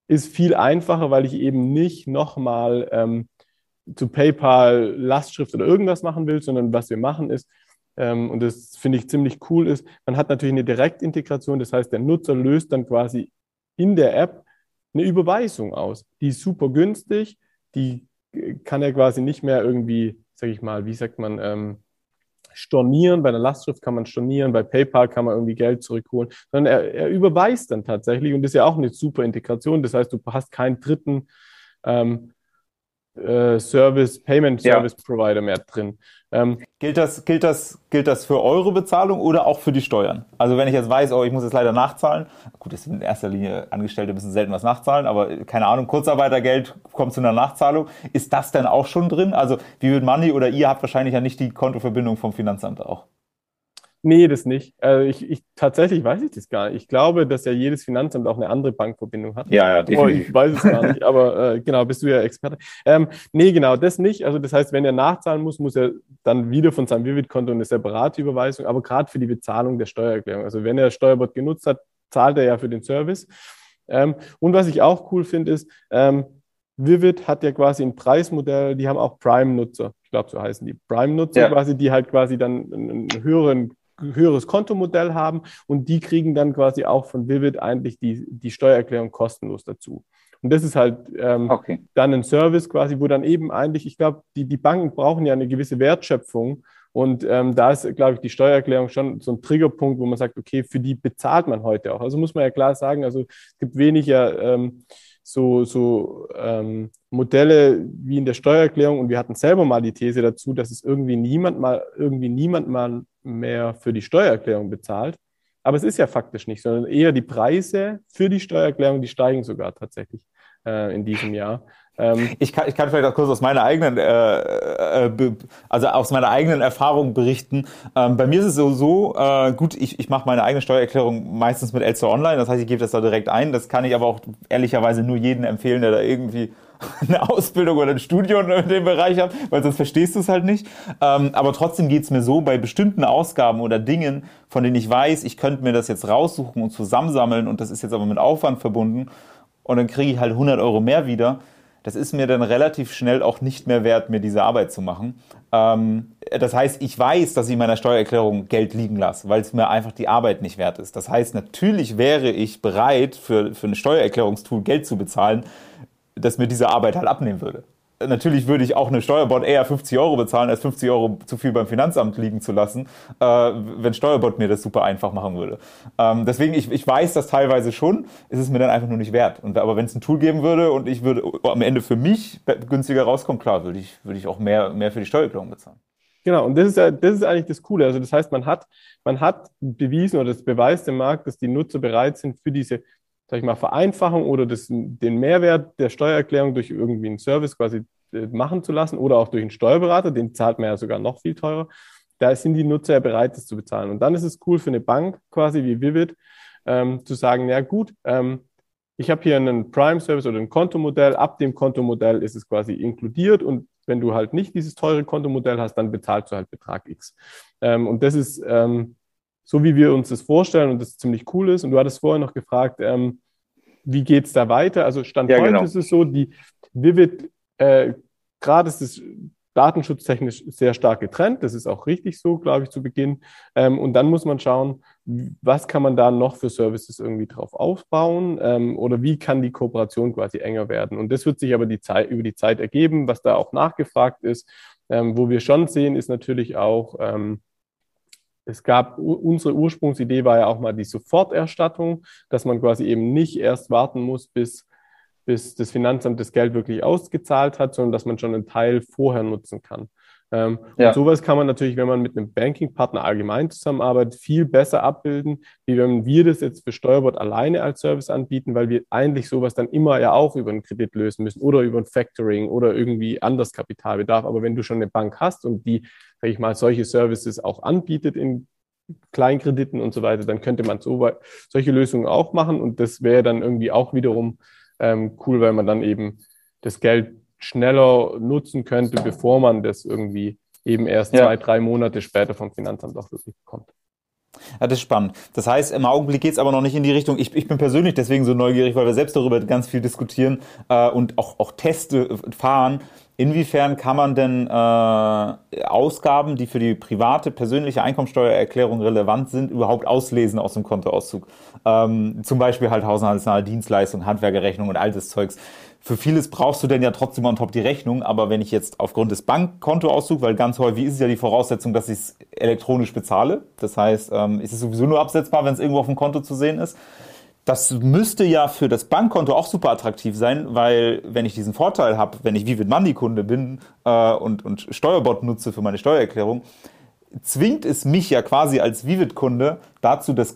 ist viel einfacher, weil ich eben nicht nochmal zu PayPal Lastschrift oder irgendwas machen will, sondern was wir machen ist, und das finde ich ziemlich cool ist, man hat natürlich eine Direktintegration, das heißt, der Nutzer löst dann quasi in der App eine Überweisung aus. Die ist super günstig, die kann er quasi nicht mehr irgendwie, sage ich mal, wie sagt man, stornieren. Bei einer Lastschrift kann man stornieren, bei PayPal kann man irgendwie Geld zurückholen, sondern er überweist dann tatsächlich und das ist ja auch eine super Integration. Das heißt, du hast keinen dritten Payment Service Provider mehr drin. Gilt das für eure Bezahlung oder auch für die Steuern? Also wenn ich jetzt weiß, ich muss jetzt leider nachzahlen, gut, das sind in erster Linie Angestellte, müssen selten was nachzahlen, aber keine Ahnung, Kurzarbeitergeld kommt zu einer Nachzahlung. Ist das denn auch schon drin? Also Vivid Money oder ihr habt wahrscheinlich ja nicht die Kontoverbindung vom Finanzamt auch. Nee, das nicht. Tatsächlich weiß ich das gar nicht. Ich glaube, dass ja jedes Finanzamt auch eine andere Bankverbindung hat. Ja, definitiv. Ich weiß es gar nicht, aber genau, bist du ja Experte. Nee, genau, das nicht. Also das heißt, wenn er nachzahlen muss, muss er dann wieder von seinem Vivid-Konto eine separate Überweisung, aber gerade für die Bezahlung der Steuererklärung. Also wenn er Steuerbot genutzt hat, zahlt er ja für den Service. Und was ich auch cool finde, ist, Vivid hat ja quasi ein Preismodell, die haben auch Prime-Nutzer. Ich glaube, so heißen die Prime-Nutzer quasi, die halt quasi dann einen höheres Kontomodell haben und die kriegen dann quasi auch von Vivid eigentlich die Steuererklärung kostenlos dazu. Und das ist halt dann ein Service quasi, wo dann eben eigentlich, ich glaube, die Banken brauchen ja eine gewisse Wertschöpfung und da ist, glaube ich, die Steuererklärung schon so ein Triggerpunkt, wo man sagt, okay, für die bezahlt man heute auch. Also muss man ja klar sagen, also es gibt weniger Modelle wie in der Steuererklärung und wir hatten selber mal die These dazu, dass es niemand mal mehr für die Steuererklärung bezahlt. Aber es ist ja faktisch nicht, sondern eher die Preise für die Steuererklärung, die steigen sogar tatsächlich in diesem Jahr. Ich kann vielleicht auch kurz aus meiner eigenen, aus meiner eigenen Erfahrung berichten. Bei mir ist es so gut, ich mache meine eigene Steuererklärung meistens mit Elster Online, das heißt, ich gebe das da direkt ein. Das kann ich aber auch ehrlicherweise nur jedem empfehlen, der da irgendwie eine Ausbildung oder ein Studium in dem Bereich hat, weil sonst verstehst du es halt nicht. Aber trotzdem geht's mir so, bei bestimmten Ausgaben oder Dingen, von denen ich weiß, ich könnte mir das jetzt raussuchen und zusammensammeln und das ist jetzt aber mit Aufwand verbunden und dann kriege ich halt 100 Euro mehr wieder. Das ist mir dann relativ schnell auch nicht mehr wert, mir diese Arbeit zu machen. Das heißt, ich weiß, dass ich in meiner Steuererklärung Geld liegen lasse, weil es mir einfach die Arbeit nicht wert ist. Das heißt, natürlich wäre ich bereit, für ein Steuererklärungstool Geld zu bezahlen, das mir diese Arbeit halt abnehmen würde. Natürlich würde ich auch eine Steuerbot eher 50 Euro bezahlen, als 50 Euro zu viel beim Finanzamt liegen zu lassen, wenn Steuerbot mir das super einfach machen würde. Deswegen, ich weiß das teilweise schon, ist es mir dann einfach nur nicht wert. Aber wenn es ein Tool geben würde und ich würde am Ende für mich günstiger rauskommen, klar, würde ich auch mehr für die Steuererklärung bezahlen. Genau, und das ist eigentlich das Coole. Also das heißt, man hat bewiesen oder das beweist im Markt, dass die Nutzer bereit sind für diese, sag ich mal, Vereinfachung oder den Mehrwert der Steuererklärung durch irgendwie einen Service quasi machen zu lassen oder auch durch einen Steuerberater, den zahlt man ja sogar noch viel teurer. Da sind die Nutzer ja bereit, das zu bezahlen. Und dann ist es cool für eine Bank quasi wie Vivid zu sagen, ja gut, ich habe hier einen Prime-Service oder ein Kontomodell, ab dem Kontomodell ist es quasi inkludiert und wenn du halt nicht dieses teure Kontomodell hast, dann bezahlst du halt Betrag X. Und das ist so wie wir uns das vorstellen und das ziemlich cool ist. Und du hattest vorher noch gefragt, wie geht es da weiter? Also Stand heute ist es so, die Vivid, gerade ist es datenschutztechnisch sehr stark getrennt. Das ist auch richtig so, glaube ich, zu Beginn. Und dann muss man schauen, was kann man da noch für Services irgendwie drauf aufbauen oder wie kann die Kooperation quasi enger werden. Und das wird sich aber über die Zeit ergeben, was da auch nachgefragt ist. Wo wir schon sehen, ist natürlich auch, unsere Ursprungsidee war ja auch mal die Soforterstattung, dass man quasi eben nicht erst warten muss, bis das Finanzamt das Geld wirklich ausgezahlt hat, sondern dass man schon einen Teil vorher nutzen kann. Und sowas kann man natürlich, wenn man mit einem Banking-Partner allgemein zusammenarbeitet, viel besser abbilden, wie wenn wir das jetzt für Steuerbot alleine als Service anbieten, weil wir eigentlich sowas dann immer ja auch über einen Kredit lösen müssen oder über ein Factoring oder irgendwie anders Kapitalbedarf. Aber wenn du schon eine Bank hast und die, sag ich mal, solche Services auch anbietet in Kleinkrediten und so weiter, dann könnte man solche Lösungen auch machen und das wäre dann irgendwie auch wiederum cool, weil man dann eben das Geld schneller nutzen könnte, bevor man das irgendwie eben erst 2-3 Monate später vom Finanzamt auch wirklich bekommt. Ja, das ist spannend. Das heißt, im Augenblick geht es aber noch nicht in die Richtung. Ich bin persönlich deswegen so neugierig, weil wir selbst darüber ganz viel diskutieren und auch Teste fahren. Inwiefern kann man denn Ausgaben, die für die private, persönliche Einkommensteuererklärung relevant sind, überhaupt auslesen aus dem Kontoauszug? Zum Beispiel halt haushaltsnahe Dienstleistungen, Handwerkerrechnung und all das Zeugs. Für vieles brauchst du denn ja trotzdem on top die Rechnung, aber wenn ich jetzt aufgrund des Bankkontoauszugs, weil ganz häufig ist es ja die Voraussetzung, dass ich es elektronisch bezahle, das heißt, ist es sowieso nur absetzbar, wenn es irgendwo auf dem Konto zu sehen ist. Das müsste ja für das Bankkonto auch super attraktiv sein, weil wenn ich diesen Vorteil habe, wenn ich Vivid Money Kunde bin und Steuerbot nutze für meine Steuererklärung, zwingt es mich ja quasi als Vivid-Kunde dazu, das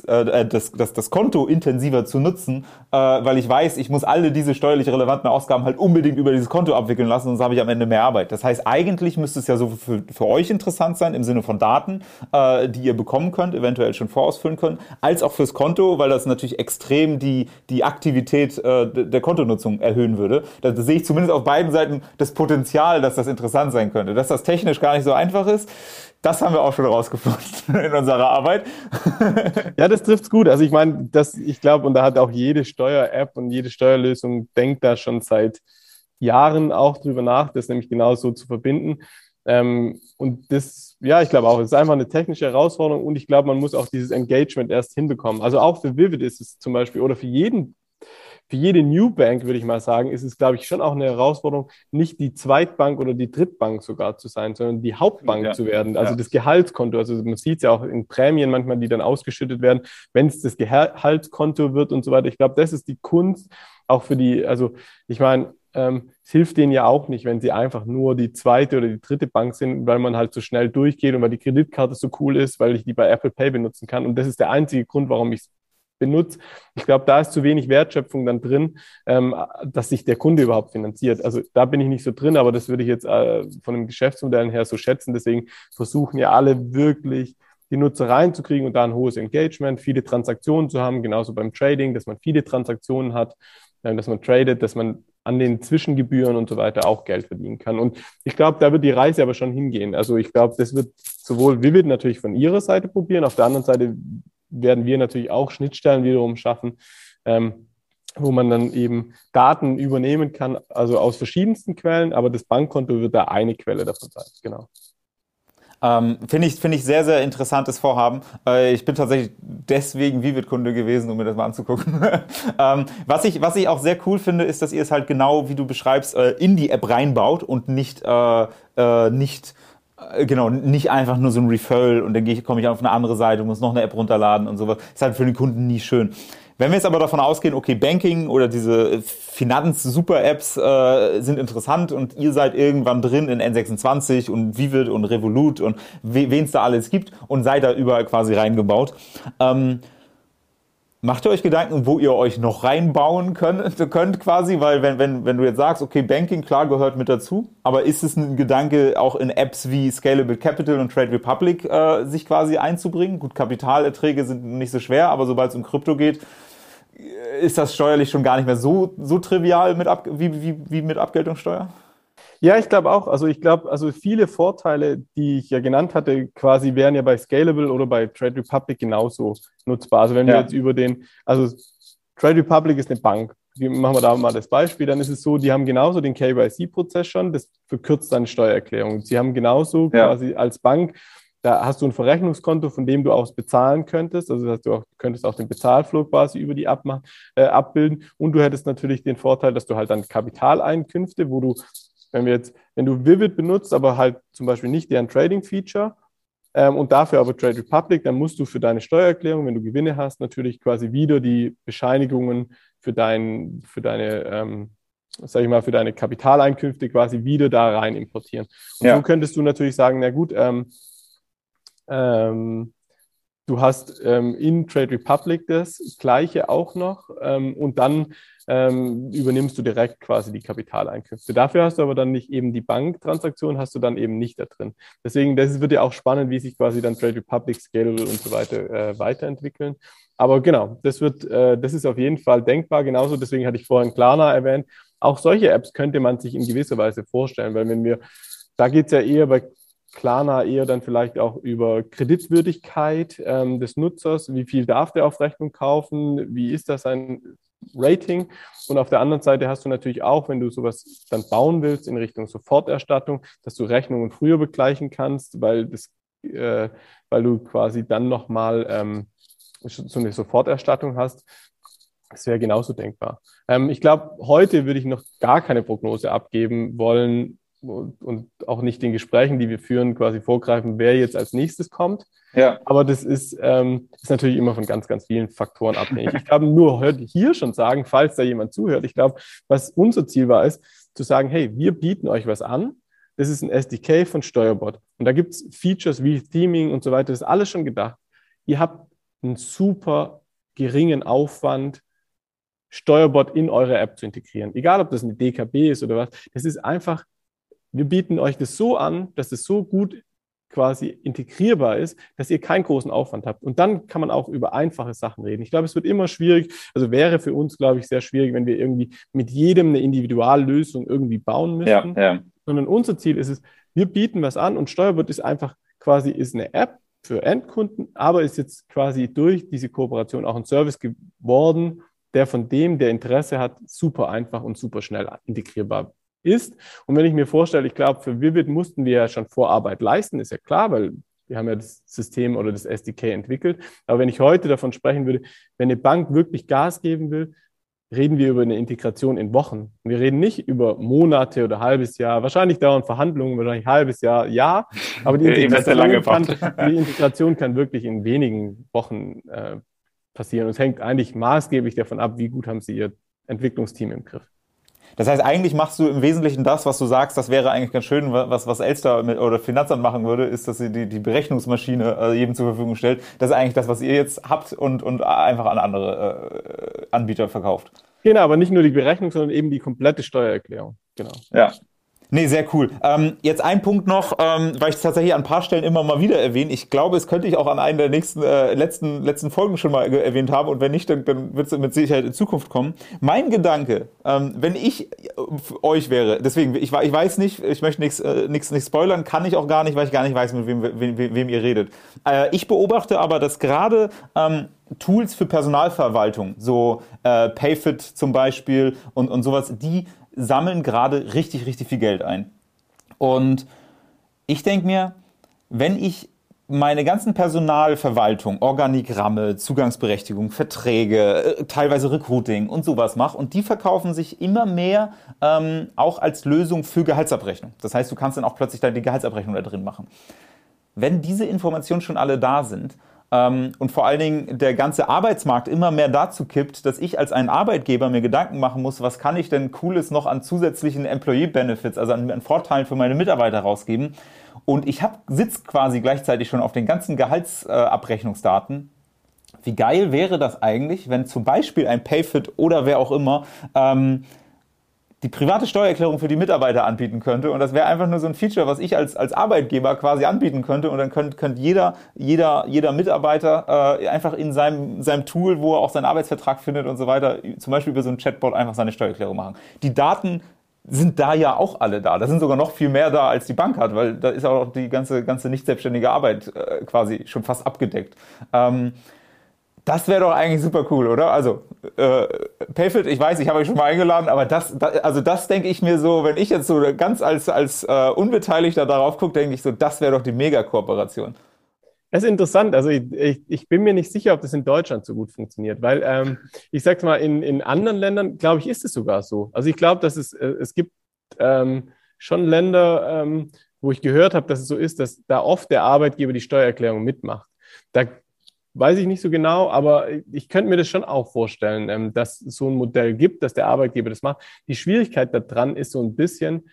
Konto intensiver zu nutzen, weil ich weiß, ich muss alle diese steuerlich relevanten Ausgaben halt unbedingt über dieses Konto abwickeln lassen, sonst habe ich am Ende mehr Arbeit. Das heißt, eigentlich müsste es ja so für euch interessant sein, im Sinne von Daten, die ihr bekommen könnt, eventuell schon vorausfüllen könnt, als auch fürs Konto, weil das natürlich extrem die Aktivität der Kontonutzung erhöhen würde. Da sehe ich zumindest auf beiden Seiten das Potenzial, dass das interessant sein könnte. Dass das technisch gar nicht so einfach ist, das haben wir auch schon rausgefunden in unserer Arbeit. Ja, das trifft's gut. Also ich meine, ich glaube, und da hat auch jede Steuer-App und jede Steuerlösung denkt da schon seit Jahren auch drüber nach, das nämlich genauso zu verbinden. Und das, ja, ich glaube auch, es ist einfach eine technische Herausforderung und ich glaube, man muss auch dieses Engagement erst hinbekommen. Also auch für Vivid ist es zum Beispiel oder für jede New Bank, würde ich mal sagen, ist es, glaube ich, schon auch eine Herausforderung, nicht die Zweitbank oder die Drittbank sogar zu sein, sondern die Hauptbank zu werden, also das Gehaltskonto. Also man sieht es ja auch in Prämien manchmal, die dann ausgeschüttet werden, wenn es das Gehaltskonto wird und so weiter. Ich glaube, das ist die Kunst auch für die, also ich meine, es hilft denen ja auch nicht, wenn sie einfach nur die zweite oder die dritte Bank sind, weil man halt so schnell durchgeht und weil die Kreditkarte so cool ist, weil ich die bei Apple Pay benutzen kann. Und das ist der einzige Grund, warum ich es benutze. Ich glaube, da ist zu wenig Wertschöpfung dann drin, dass sich der Kunde überhaupt finanziert. Also da bin ich nicht so drin, aber das würde ich jetzt von den Geschäftsmodellen her so schätzen. Deswegen versuchen ja alle wirklich die Nutzer reinzukriegen und da ein hohes Engagement, viele Transaktionen zu haben, genauso beim Trading, dass man viele Transaktionen hat, dass man tradet, dass man an den Zwischengebühren und so weiter auch Geld verdienen kann. Und ich glaube, da wird die Reise aber schon hingehen. Also ich glaube, das wird sowohl Vivid natürlich von ihrer Seite probieren, auf der anderen Seite werden wir natürlich auch Schnittstellen wiederum schaffen, wo man dann eben Daten übernehmen kann, also aus verschiedensten Quellen, aber das Bankkonto wird da eine Quelle davon sein, genau. Finde ich sehr, sehr interessantes Vorhaben. Ich bin tatsächlich deswegen Vivid-Kunde gewesen, um mir das mal anzugucken. Was ich auch sehr cool finde, ist, dass ihr es halt genau, wie du beschreibst, in die App reinbaut und nicht einfach nur so ein Referral und dann komme ich auf eine andere Seite, muss noch eine App runterladen und sowas. Ist halt für den Kunden nie schön. Wenn wir jetzt aber davon ausgehen, okay, Banking oder diese Finanz-Super-Apps sind interessant und ihr seid irgendwann drin in N26 und Vivid und Revolut und wen es da alles gibt und seid da überall quasi reingebaut. Macht ihr euch Gedanken, wo ihr euch noch reinbauen könnt quasi? Weil wenn du jetzt sagst, okay, Banking, klar, gehört mit dazu, aber ist es ein Gedanke, auch in Apps wie Scalable Capital und Trade Republic sich quasi einzubringen? Gut, Kapitalerträge sind nicht so schwer, aber sobald es um Krypto geht, ist das steuerlich schon gar nicht mehr so trivial wie mit Abgeltungssteuer? Ja, ich glaube auch. Also viele Vorteile, die ich ja genannt hatte, quasi wären ja bei Scalable oder bei Trade Republic genauso nutzbar. Also wenn wir jetzt also Trade Republic ist eine Bank. Machen wir da mal das Beispiel, dann ist es so, die haben genauso den KYC-Prozess schon, das verkürzt dann Steuererklärung. Sie haben genauso quasi als Bank, da hast du ein Verrechnungskonto, von dem du aus bezahlen könntest. Also du könntest auch den Bezahlflow quasi über die abbilden. Und du hättest natürlich den Vorteil, dass du halt dann Kapitaleinkünfte, wo du, wenn du Vivid benutzt, aber halt zum Beispiel nicht deren Trading-Feature und dafür aber Trade Republic, dann musst du für deine Steuererklärung, wenn du Gewinne hast, natürlich quasi wieder die Bescheinigungen für deine Kapitaleinkünfte quasi wieder da rein importieren. Und so könntest du natürlich sagen, na gut, du hast in Trade Republic das Gleiche auch noch und dann übernimmst du direkt quasi die Kapitaleinkünfte. Dafür hast du aber dann nicht eben die Banktransaktion, hast du dann eben nicht da drin. Deswegen, das wird ja auch spannend, wie sich quasi dann Trade Republic, Scalable und so weiter weiterentwickeln. Aber genau, das ist auf jeden Fall denkbar. Genauso, deswegen hatte ich vorhin Klarna erwähnt. Auch solche Apps könnte man sich in gewisser Weise vorstellen, weil da geht es ja eher bei Klarna eher dann vielleicht auch über Kreditwürdigkeit des Nutzers. Wie viel darf der auf Rechnung kaufen? Wie ist das ein Rating? Und auf der anderen Seite hast du natürlich auch, wenn du sowas dann bauen willst in Richtung Soforterstattung, dass du Rechnungen früher begleichen kannst, weil du quasi dann nochmal so eine Soforterstattung hast. Das wäre genauso denkbar. Ich glaube, heute würde ich noch gar keine Prognose abgeben wollen und auch nicht den Gesprächen, die wir führen, quasi vorgreifen, wer jetzt als nächstes kommt. Ja. Aber das ist natürlich immer von ganz, ganz vielen Faktoren abhängig. Ich glaube, nur heute hier schon sagen, falls da jemand zuhört, ich glaube, was unser Ziel war, ist zu sagen, hey, wir bieten euch was an. Das ist ein SDK von Steuerbot. Und da gibt es Features wie Theming und so weiter. Das ist alles schon gedacht. Ihr habt einen super geringen Aufwand, Steuerbot in eure App zu integrieren. Egal, ob das eine DKB ist oder was. Das ist einfach, wir bieten euch das so an, dass es so gut quasi integrierbar ist, dass ihr keinen großen Aufwand habt. Und dann kann man auch über einfache Sachen reden. Ich glaube, es wird immer schwierig, also wäre für uns, glaube ich, sehr schwierig, wenn wir irgendwie mit jedem eine Individuallösung irgendwie bauen müssten. Ja. Sondern unser Ziel ist es, wir bieten was an und Steuerbot ist einfach quasi ist eine App für Endkunden, aber ist jetzt quasi durch diese Kooperation auch ein Service geworden, der von dem, der Interesse hat, super einfach und super schnell integrierbar ist. Und wenn ich mir vorstelle, ich glaube, für Vivid mussten wir ja schon Vorarbeit leisten, ist ja klar, weil wir haben ja das System oder das SDK entwickelt. Aber wenn ich heute davon sprechen würde, wenn eine Bank wirklich Gas geben will, reden wir über eine Integration in Wochen. Wir reden nicht über Monate oder halbes Jahr. Wahrscheinlich dauern Verhandlungen, wahrscheinlich halbes Jahr, ja. Aber die Integration kann wirklich in wenigen Wochen passieren. Und es hängt eigentlich maßgeblich davon ab, wie gut haben sie ihr Entwicklungsteam im Griff. Das heißt, eigentlich machst du im Wesentlichen das, was du sagst, das wäre eigentlich ganz schön, was Elster oder Finanzamt machen würde, ist, dass sie die Berechnungsmaschine jedem zur Verfügung stellt. Das ist eigentlich das, was ihr jetzt habt und einfach an andere Anbieter verkauft. Genau, aber nicht nur die Berechnung, sondern eben die komplette Steuererklärung. Genau. Ja. Nee, sehr cool. Jetzt ein Punkt noch, weil ich es tatsächlich an ein paar Stellen immer mal wieder erwähne. Ich glaube, es könnte ich auch an einer der nächsten letzten Folgen schon mal erwähnt haben. Und wenn nicht, dann wird es mit Sicherheit in Zukunft kommen. Mein Gedanke, wenn ich euch wäre, deswegen, ich weiß nicht, ich möchte nichts spoilern, kann ich auch gar nicht, weil ich gar nicht weiß, mit wem ihr redet. Ich beobachte aber, dass gerade Tools für Personalverwaltung, so Payfit zum Beispiel und sowas, die sammeln gerade richtig, richtig viel Geld ein. Und ich denke mir, wenn ich meine ganzen Personalverwaltung, Organigramme, Zugangsberechtigung, Verträge, teilweise Recruiting und sowas mache und die verkaufen sich immer mehr auch als Lösung für Gehaltsabrechnung. Das heißt, du kannst dann auch plötzlich die Gehaltsabrechnung da drin machen. Wenn diese Informationen schon alle da sind, und vor allen Dingen der ganze Arbeitsmarkt immer mehr dazu kippt, dass ich als ein Arbeitgeber mir Gedanken machen muss, was kann ich denn Cooles noch an zusätzlichen Employee Benefits, also an Vorteilen für meine Mitarbeiter rausgeben. Und ich sitze quasi gleichzeitig schon auf den ganzen Gehaltsabrechnungsdaten. Wie geil wäre das eigentlich, wenn zum Beispiel ein Payfit oder wer auch immer die private Steuererklärung für die Mitarbeiter anbieten könnte. Und das wäre einfach nur so ein Feature, was ich als Arbeitgeber quasi anbieten könnte. Und dann könnte jeder Mitarbeiter einfach in seinem Tool, wo er auch seinen Arbeitsvertrag findet und so weiter, zum Beispiel über so einen Chatbot einfach seine Steuererklärung machen. Die Daten sind da ja auch alle da. Da sind sogar noch viel mehr da, als die Bank hat, weil da ist auch die ganze nicht selbstständige Arbeit quasi schon fast abgedeckt. Das wäre doch eigentlich super cool, oder? Also, Payfit, ich weiß, ich habe euch schon mal eingeladen, aber das denke ich mir so, wenn ich jetzt so ganz als Unbeteiligter darauf gucke, denke ich so, das wäre doch die Mega-Kooperation. Das ist interessant. Also ich bin mir nicht sicher, ob das in Deutschland so gut funktioniert, weil ich sag's mal, in anderen Ländern, glaube ich, ist es sogar so. Also ich glaube, dass es gibt schon Länder, wo ich gehört habe, dass es so ist, dass da oft der Arbeitgeber die Steuererklärung mitmacht. Da weiß ich nicht so genau, aber ich könnte mir das schon auch vorstellen, dass es so ein Modell gibt, dass der Arbeitgeber das macht. Die Schwierigkeit daran ist so ein bisschen,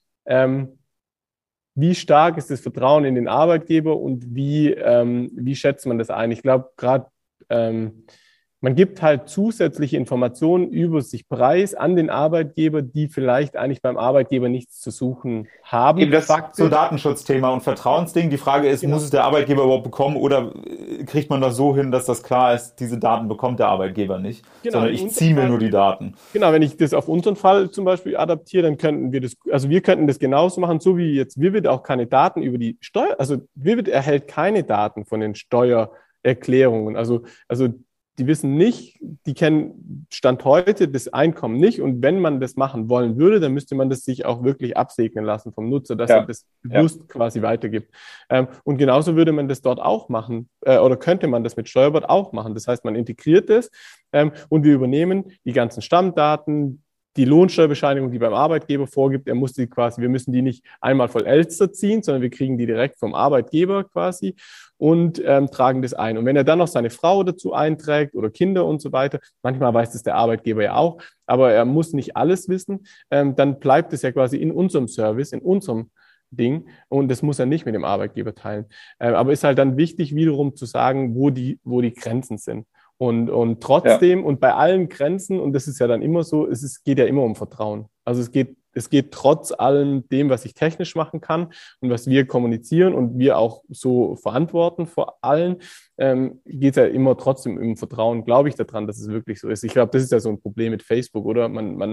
wie stark ist das Vertrauen in den Arbeitgeber und wie schätzt man das ein? Ich glaube, gerade man gibt halt zusätzliche Informationen über sich preis an den Arbeitgeber, die vielleicht eigentlich beim Arbeitgeber nichts zu suchen haben. Eben das so Datenschutzthema und Vertrauensding. Die Frage ist, muss es der Arbeitgeber überhaupt bekommen oder kriegt man das so hin, dass das klar ist, diese Daten bekommt der Arbeitgeber nicht, sondern ich ziehe mir nur die Daten. Genau, wenn ich das auf unseren Fall zum Beispiel adaptiere, dann könnten wir das, also wir könnten das genauso machen, so wie jetzt Vivid auch keine Daten über die Steuer, also Vivid erhält keine Daten von den Steuererklärungen. Also die wissen nicht, die kennen Stand heute das Einkommen nicht. Und wenn man das machen wollen würde, dann müsste man das sich auch wirklich absegnen lassen vom Nutzer, dass er das bewusst quasi weitergibt. Und genauso würde man das dort auch machen oder könnte man das mit Steuerbord auch machen. Das heißt, man integriert das und wir übernehmen die ganzen Stammdaten, die Lohnsteuerbescheinigung, die beim Arbeitgeber vorgibt, wir müssen die nicht einmal voll Elster ziehen, sondern wir kriegen die direkt vom Arbeitgeber quasi und tragen das ein. Und wenn er dann noch seine Frau dazu einträgt oder Kinder und so weiter, manchmal weiß das der Arbeitgeber ja auch, aber er muss nicht alles wissen, dann bleibt es ja quasi in unserem Service, in unserem Ding und das muss er nicht mit dem Arbeitgeber teilen. Aber ist halt dann wichtig, wiederum zu sagen, wo die Grenzen sind. Und trotzdem und bei allen Grenzen, und das ist ja dann immer so, geht ja immer um Vertrauen. Also es geht trotz allem dem, was ich technisch machen kann und was wir kommunizieren und wir auch so verantworten vor allen, geht es ja immer trotzdem um Vertrauen, glaube ich daran, dass es wirklich so ist. Ich glaube, das ist ja so ein Problem mit Facebook, oder?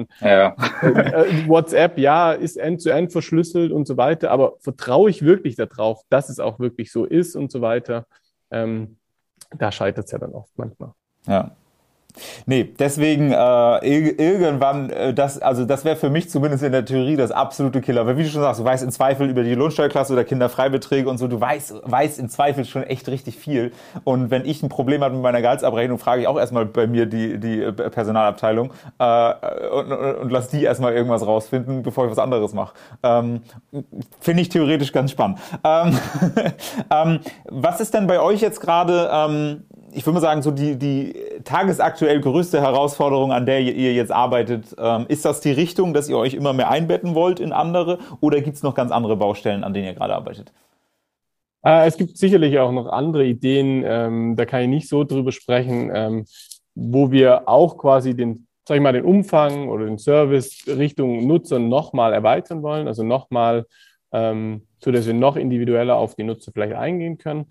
WhatsApp, ja, ist end-to-end verschlüsselt und so weiter, aber vertraue ich wirklich darauf, dass es auch wirklich so ist und so weiter? Da scheitert es ja dann oft manchmal. Ja. Nee, deswegen irgendwann, das wäre für mich zumindest in der Theorie das absolute Killer. Weil wie du schon sagst, du weißt im Zweifel über die Lohnsteuerklasse oder Kinderfreibeträge und so, du weißt im Zweifel schon echt richtig viel. Und wenn ich ein Problem habe mit meiner Gehaltsabrechnung, frage ich auch erstmal bei mir die Personalabteilung und lass die erstmal irgendwas rausfinden, bevor ich was anderes mache. Finde ich theoretisch ganz spannend. Was ist denn bei euch jetzt gerade... ich würde mal sagen, so die tagesaktuell größte Herausforderung, an der ihr jetzt arbeitet, ist das die Richtung, dass ihr euch immer mehr einbetten wollt in andere oder gibt es noch ganz andere Baustellen, an denen ihr gerade arbeitet? Es gibt sicherlich auch noch andere Ideen, da kann ich nicht so drüber sprechen, wo wir auch quasi den Umfang oder den Service Richtung Nutzer nochmal erweitern wollen, also nochmal, so dass wir noch individueller auf die Nutzer vielleicht eingehen können.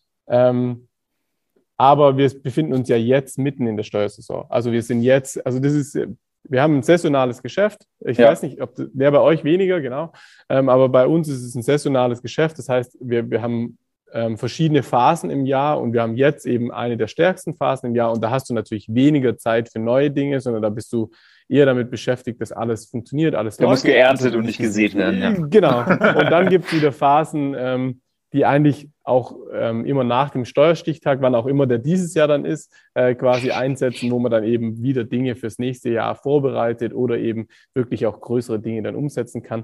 Aber wir befinden uns ja jetzt mitten in der Steuersaison. Also wir haben ein saisonales Geschäft. Ich weiß nicht, wäre bei euch weniger, genau. Aber bei uns ist es ein saisonales Geschäft. Das heißt, wir haben verschiedene Phasen im Jahr und wir haben jetzt eben eine der stärksten Phasen im Jahr und da hast du natürlich weniger Zeit für neue Dinge, sondern da bist du eher damit beschäftigt, dass alles funktioniert, alles läuft. Da muss geerntet und nicht gesät werden. Ja. Genau. Und dann gibt es wieder Phasen, die eigentlich auch immer nach dem Steuerstichtag, wann auch immer der dieses Jahr dann ist, quasi einsetzen, wo man dann eben wieder Dinge fürs nächste Jahr vorbereitet oder eben wirklich auch größere Dinge dann umsetzen kann.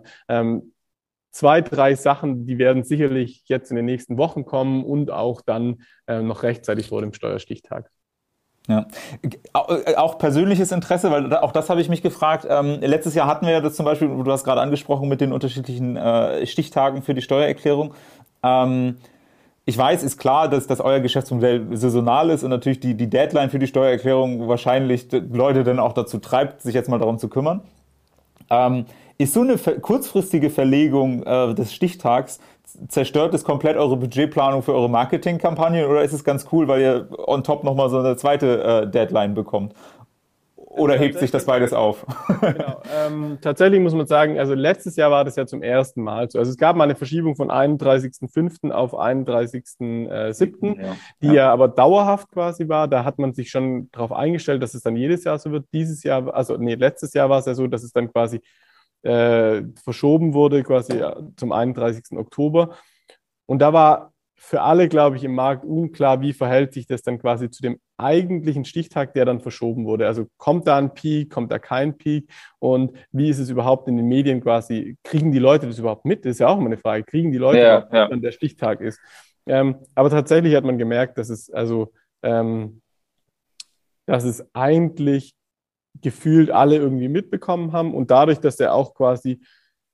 2, 3 Sachen, die werden sicherlich jetzt in den nächsten Wochen kommen und auch dann noch rechtzeitig vor dem Steuerstichtag. Ja, auch persönliches Interesse, weil auch das habe ich mich gefragt. Letztes Jahr hatten wir ja das zum Beispiel, du hast gerade angesprochen, mit den unterschiedlichen Stichtagen für die Steuererklärung. Ich weiß, ist klar, dass euer Geschäftsmodell saisonal ist und natürlich die Deadline für die Steuererklärung wahrscheinlich Leute dann auch dazu treibt, sich jetzt mal darum zu kümmern. Ist so eine kurzfristige Verlegung des Stichtags, zerstört es komplett eure Budgetplanung für eure Marketingkampagnen oder ist es ganz cool, weil ihr on top nochmal so eine zweite Deadline bekommt? Oder hebt sich das beides auf? Genau. Tatsächlich muss man sagen, also letztes Jahr war das ja zum ersten Mal so. Also es gab mal eine Verschiebung von 31.05. auf 31.07., die ja aber dauerhaft quasi war. Da hat man sich schon darauf eingestellt, dass es dann jedes Jahr so wird. Letztes Jahr war es ja so, dass es dann quasi verschoben wurde, quasi zum 31. Oktober. Und da war für alle, glaube ich, im Markt unklar, wie verhält sich das dann quasi zu dem eigentlichen Stichtag, der dann verschoben wurde. Also kommt da ein Peak, kommt da kein Peak und wie ist es überhaupt in den Medien quasi, kriegen die Leute das überhaupt mit? Das ist ja auch immer eine Frage, kriegen die Leute wann der Stichtag ist? Aber tatsächlich hat man gemerkt, dass es eigentlich gefühlt alle irgendwie mitbekommen haben und dadurch, dass der auch quasi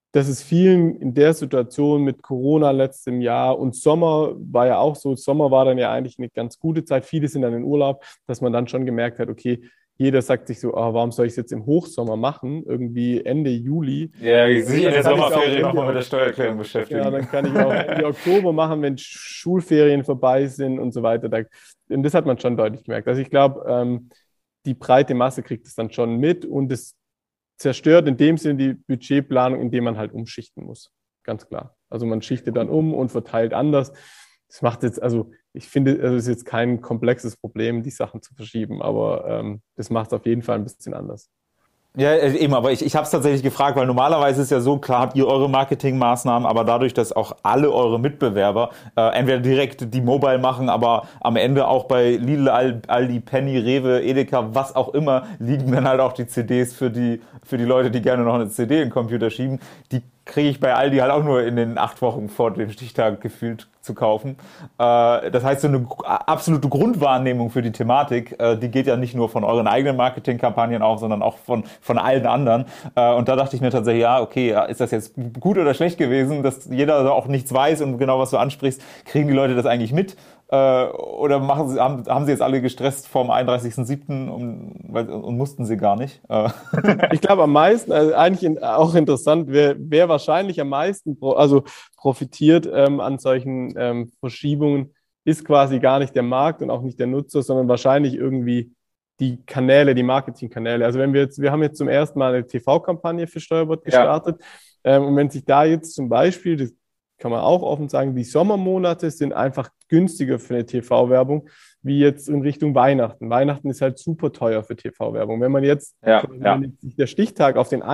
dass es vielen in der Situation mit Corona letztem Jahr und Sommer war ja auch so, Sommer war dann ja eigentlich eine ganz gute Zeit, viele sind dann in Urlaub, dass man dann schon gemerkt hat, okay, jeder sagt sich so, warum soll ich es jetzt im Hochsommer machen, irgendwie Ende Juli. Ja, ich sehe in der Dann kann ich Sommerferien auch nochmal mit der Steuererklärung beschäftigen. Ja, dann kann ich auch Ende Oktober machen, wenn Schulferien vorbei sind und so weiter. Und das hat man schon deutlich gemerkt. Also ich glaube, die breite Masse kriegt es dann schon mit und es zerstört in dem Sinne die Budgetplanung, indem man halt umschichten muss. Ganz klar. Also man schichtet dann um und verteilt anders. Das macht jetzt, also ich finde, es ist jetzt kein komplexes Problem, die Sachen zu verschieben, aber das macht es auf jeden Fall ein bisschen anders. Ja, eben, aber ich habe es tatsächlich gefragt, weil normalerweise ist ja so, klar habt ihr eure Marketingmaßnahmen, aber dadurch, dass auch alle eure Mitbewerber entweder direkt die Mobile machen, aber am Ende auch bei Lidl, Aldi, Penny, Rewe, Edeka, was auch immer, liegen dann halt auch die CDs für die Leute, die gerne noch eine CD in den Computer schieben. Die kriege ich bei Aldi halt auch nur in den 8 Wochen vor dem Stichtag gefühlt zu kaufen. Das heißt, so eine absolute Grundwahrnehmung für die Thematik, die geht ja nicht nur von euren eigenen Marketingkampagnen auf, sondern auch von allen anderen. Und da dachte ich mir tatsächlich, ja, okay, ist das jetzt gut oder schlecht gewesen, dass jeder auch nichts weiß und genau was du ansprichst, kriegen die Leute das eigentlich mit? Oder haben sie jetzt alle gestresst vom 31.07. und mussten sie gar nicht? Ich glaube am meisten, also eigentlich auch interessant, wer wahrscheinlich am meisten profitiert an solchen Verschiebungen, ist quasi gar nicht der Markt und auch nicht der Nutzer, sondern wahrscheinlich irgendwie die Kanäle, die Marketingkanäle. Also wir haben jetzt zum ersten Mal eine TV-Kampagne für Steuerbot gestartet. Und wenn sich da jetzt zum Beispiel, das kann man auch offen sagen, die Sommermonate sind einfach günstiger für eine TV-Werbung, wie jetzt in Richtung Weihnachten. Weihnachten ist halt super teuer für TV-Werbung. Wenn man jetzt sich der Stichtag auf den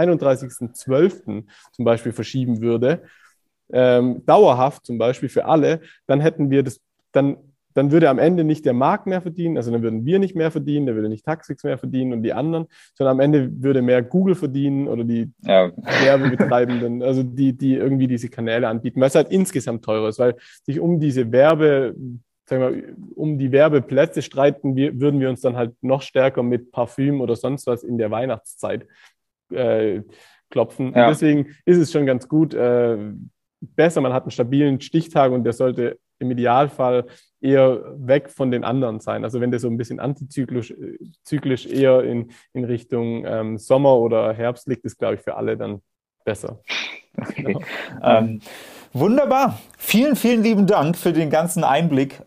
31.12. zum Beispiel verschieben würde, dauerhaft zum Beispiel für alle, dann hätten wir das, dann würde am Ende nicht der Markt mehr verdienen, also dann würden wir nicht mehr verdienen, der würde nicht Taxix mehr verdienen und die anderen, sondern am Ende würde mehr Google verdienen oder die Werbebetreibenden, also die irgendwie diese Kanäle anbieten, weil es halt insgesamt teurer ist, weil sich um diese um die Werbeplätze streiten, würden wir uns dann halt noch stärker mit Parfüm oder sonst was in der Weihnachtszeit klopfen. Ja. Deswegen ist es schon ganz gut, besser, man hat einen stabilen Stichtag und der sollte im Idealfall eher weg von den anderen sein. Also wenn der so ein bisschen antizyklisch eher in Richtung Sommer oder Herbst liegt, ist, glaube ich, für alle dann besser. Okay. Genau. Wunderbar. Vielen, vielen lieben Dank für den ganzen Einblick.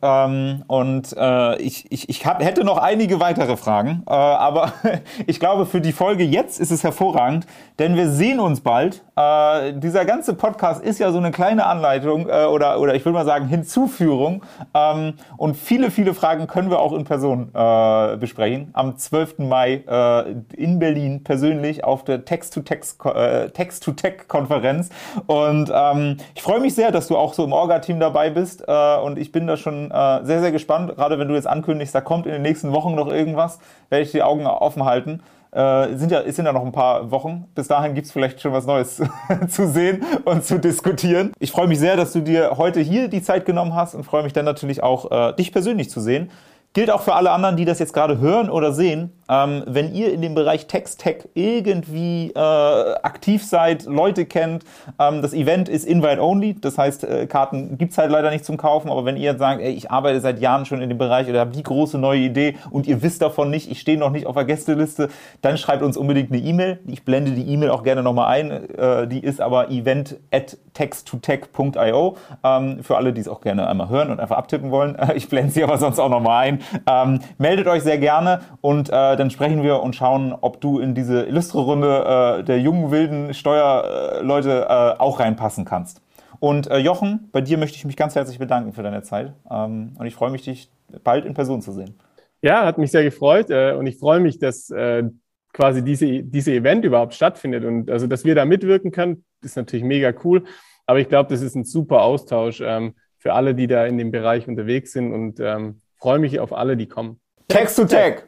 Ich hätte noch einige weitere Fragen, aber ich glaube, für die Folge jetzt ist es hervorragend, denn wir sehen uns bald. Dieser ganze Podcast ist ja so eine kleine Anleitung oder ich würde mal sagen Hinzuführung. Und viele, viele Fragen können wir auch in Person besprechen. Am 12. Mai in Berlin persönlich auf der Text-to-Tech-Konferenz. Und ich freue mich sehr, dass du auch so im Orga-Team dabei bist und ich bin da schon sehr, sehr gespannt. Gerade wenn du jetzt ankündigst, da kommt in den nächsten Wochen noch irgendwas, werde ich die Augen offen halten. Es sind ja noch ein paar Wochen. Bis dahin gibt es vielleicht schon was Neues zu sehen und zu diskutieren. Ich freue mich sehr, dass du dir heute hier die Zeit genommen hast und freue mich dann natürlich auch, dich persönlich zu sehen. Gilt auch für alle anderen, die das jetzt gerade hören oder sehen. Wenn ihr in dem Bereich Text-Tech irgendwie aktiv seid, Leute kennt, das Event ist Invite-Only. Das heißt, Karten gibt's halt leider nicht zum Kaufen. Aber wenn ihr jetzt sagt, ey, ich arbeite seit Jahren schon in dem Bereich oder habe die große neue Idee und ihr wisst davon nicht, ich stehe noch nicht auf der Gästeliste, dann schreibt uns unbedingt eine E-Mail. Ich blende die E-Mail auch gerne nochmal ein. Die ist aber event@text2tech.io. Für alle, die es auch gerne einmal hören und einfach abtippen wollen. Ich blende sie aber sonst auch nochmal ein. Meldet euch sehr gerne und dann sprechen wir und schauen, ob du in diese illustre Runde der jungen, wilden Steuerleute auch reinpassen kannst. Und Jochen, bei dir möchte ich mich ganz herzlich bedanken für deine Zeit und ich freue mich, dich bald in Person zu sehen. Ja, hat mich sehr gefreut und ich freue mich, dass quasi diese Event überhaupt stattfindet und also, dass wir da mitwirken können, ist natürlich mega cool, aber ich glaube, das ist ein super Austausch für alle, die da in dem Bereich unterwegs sind und freue mich auf alle, die kommen. Text to Tech.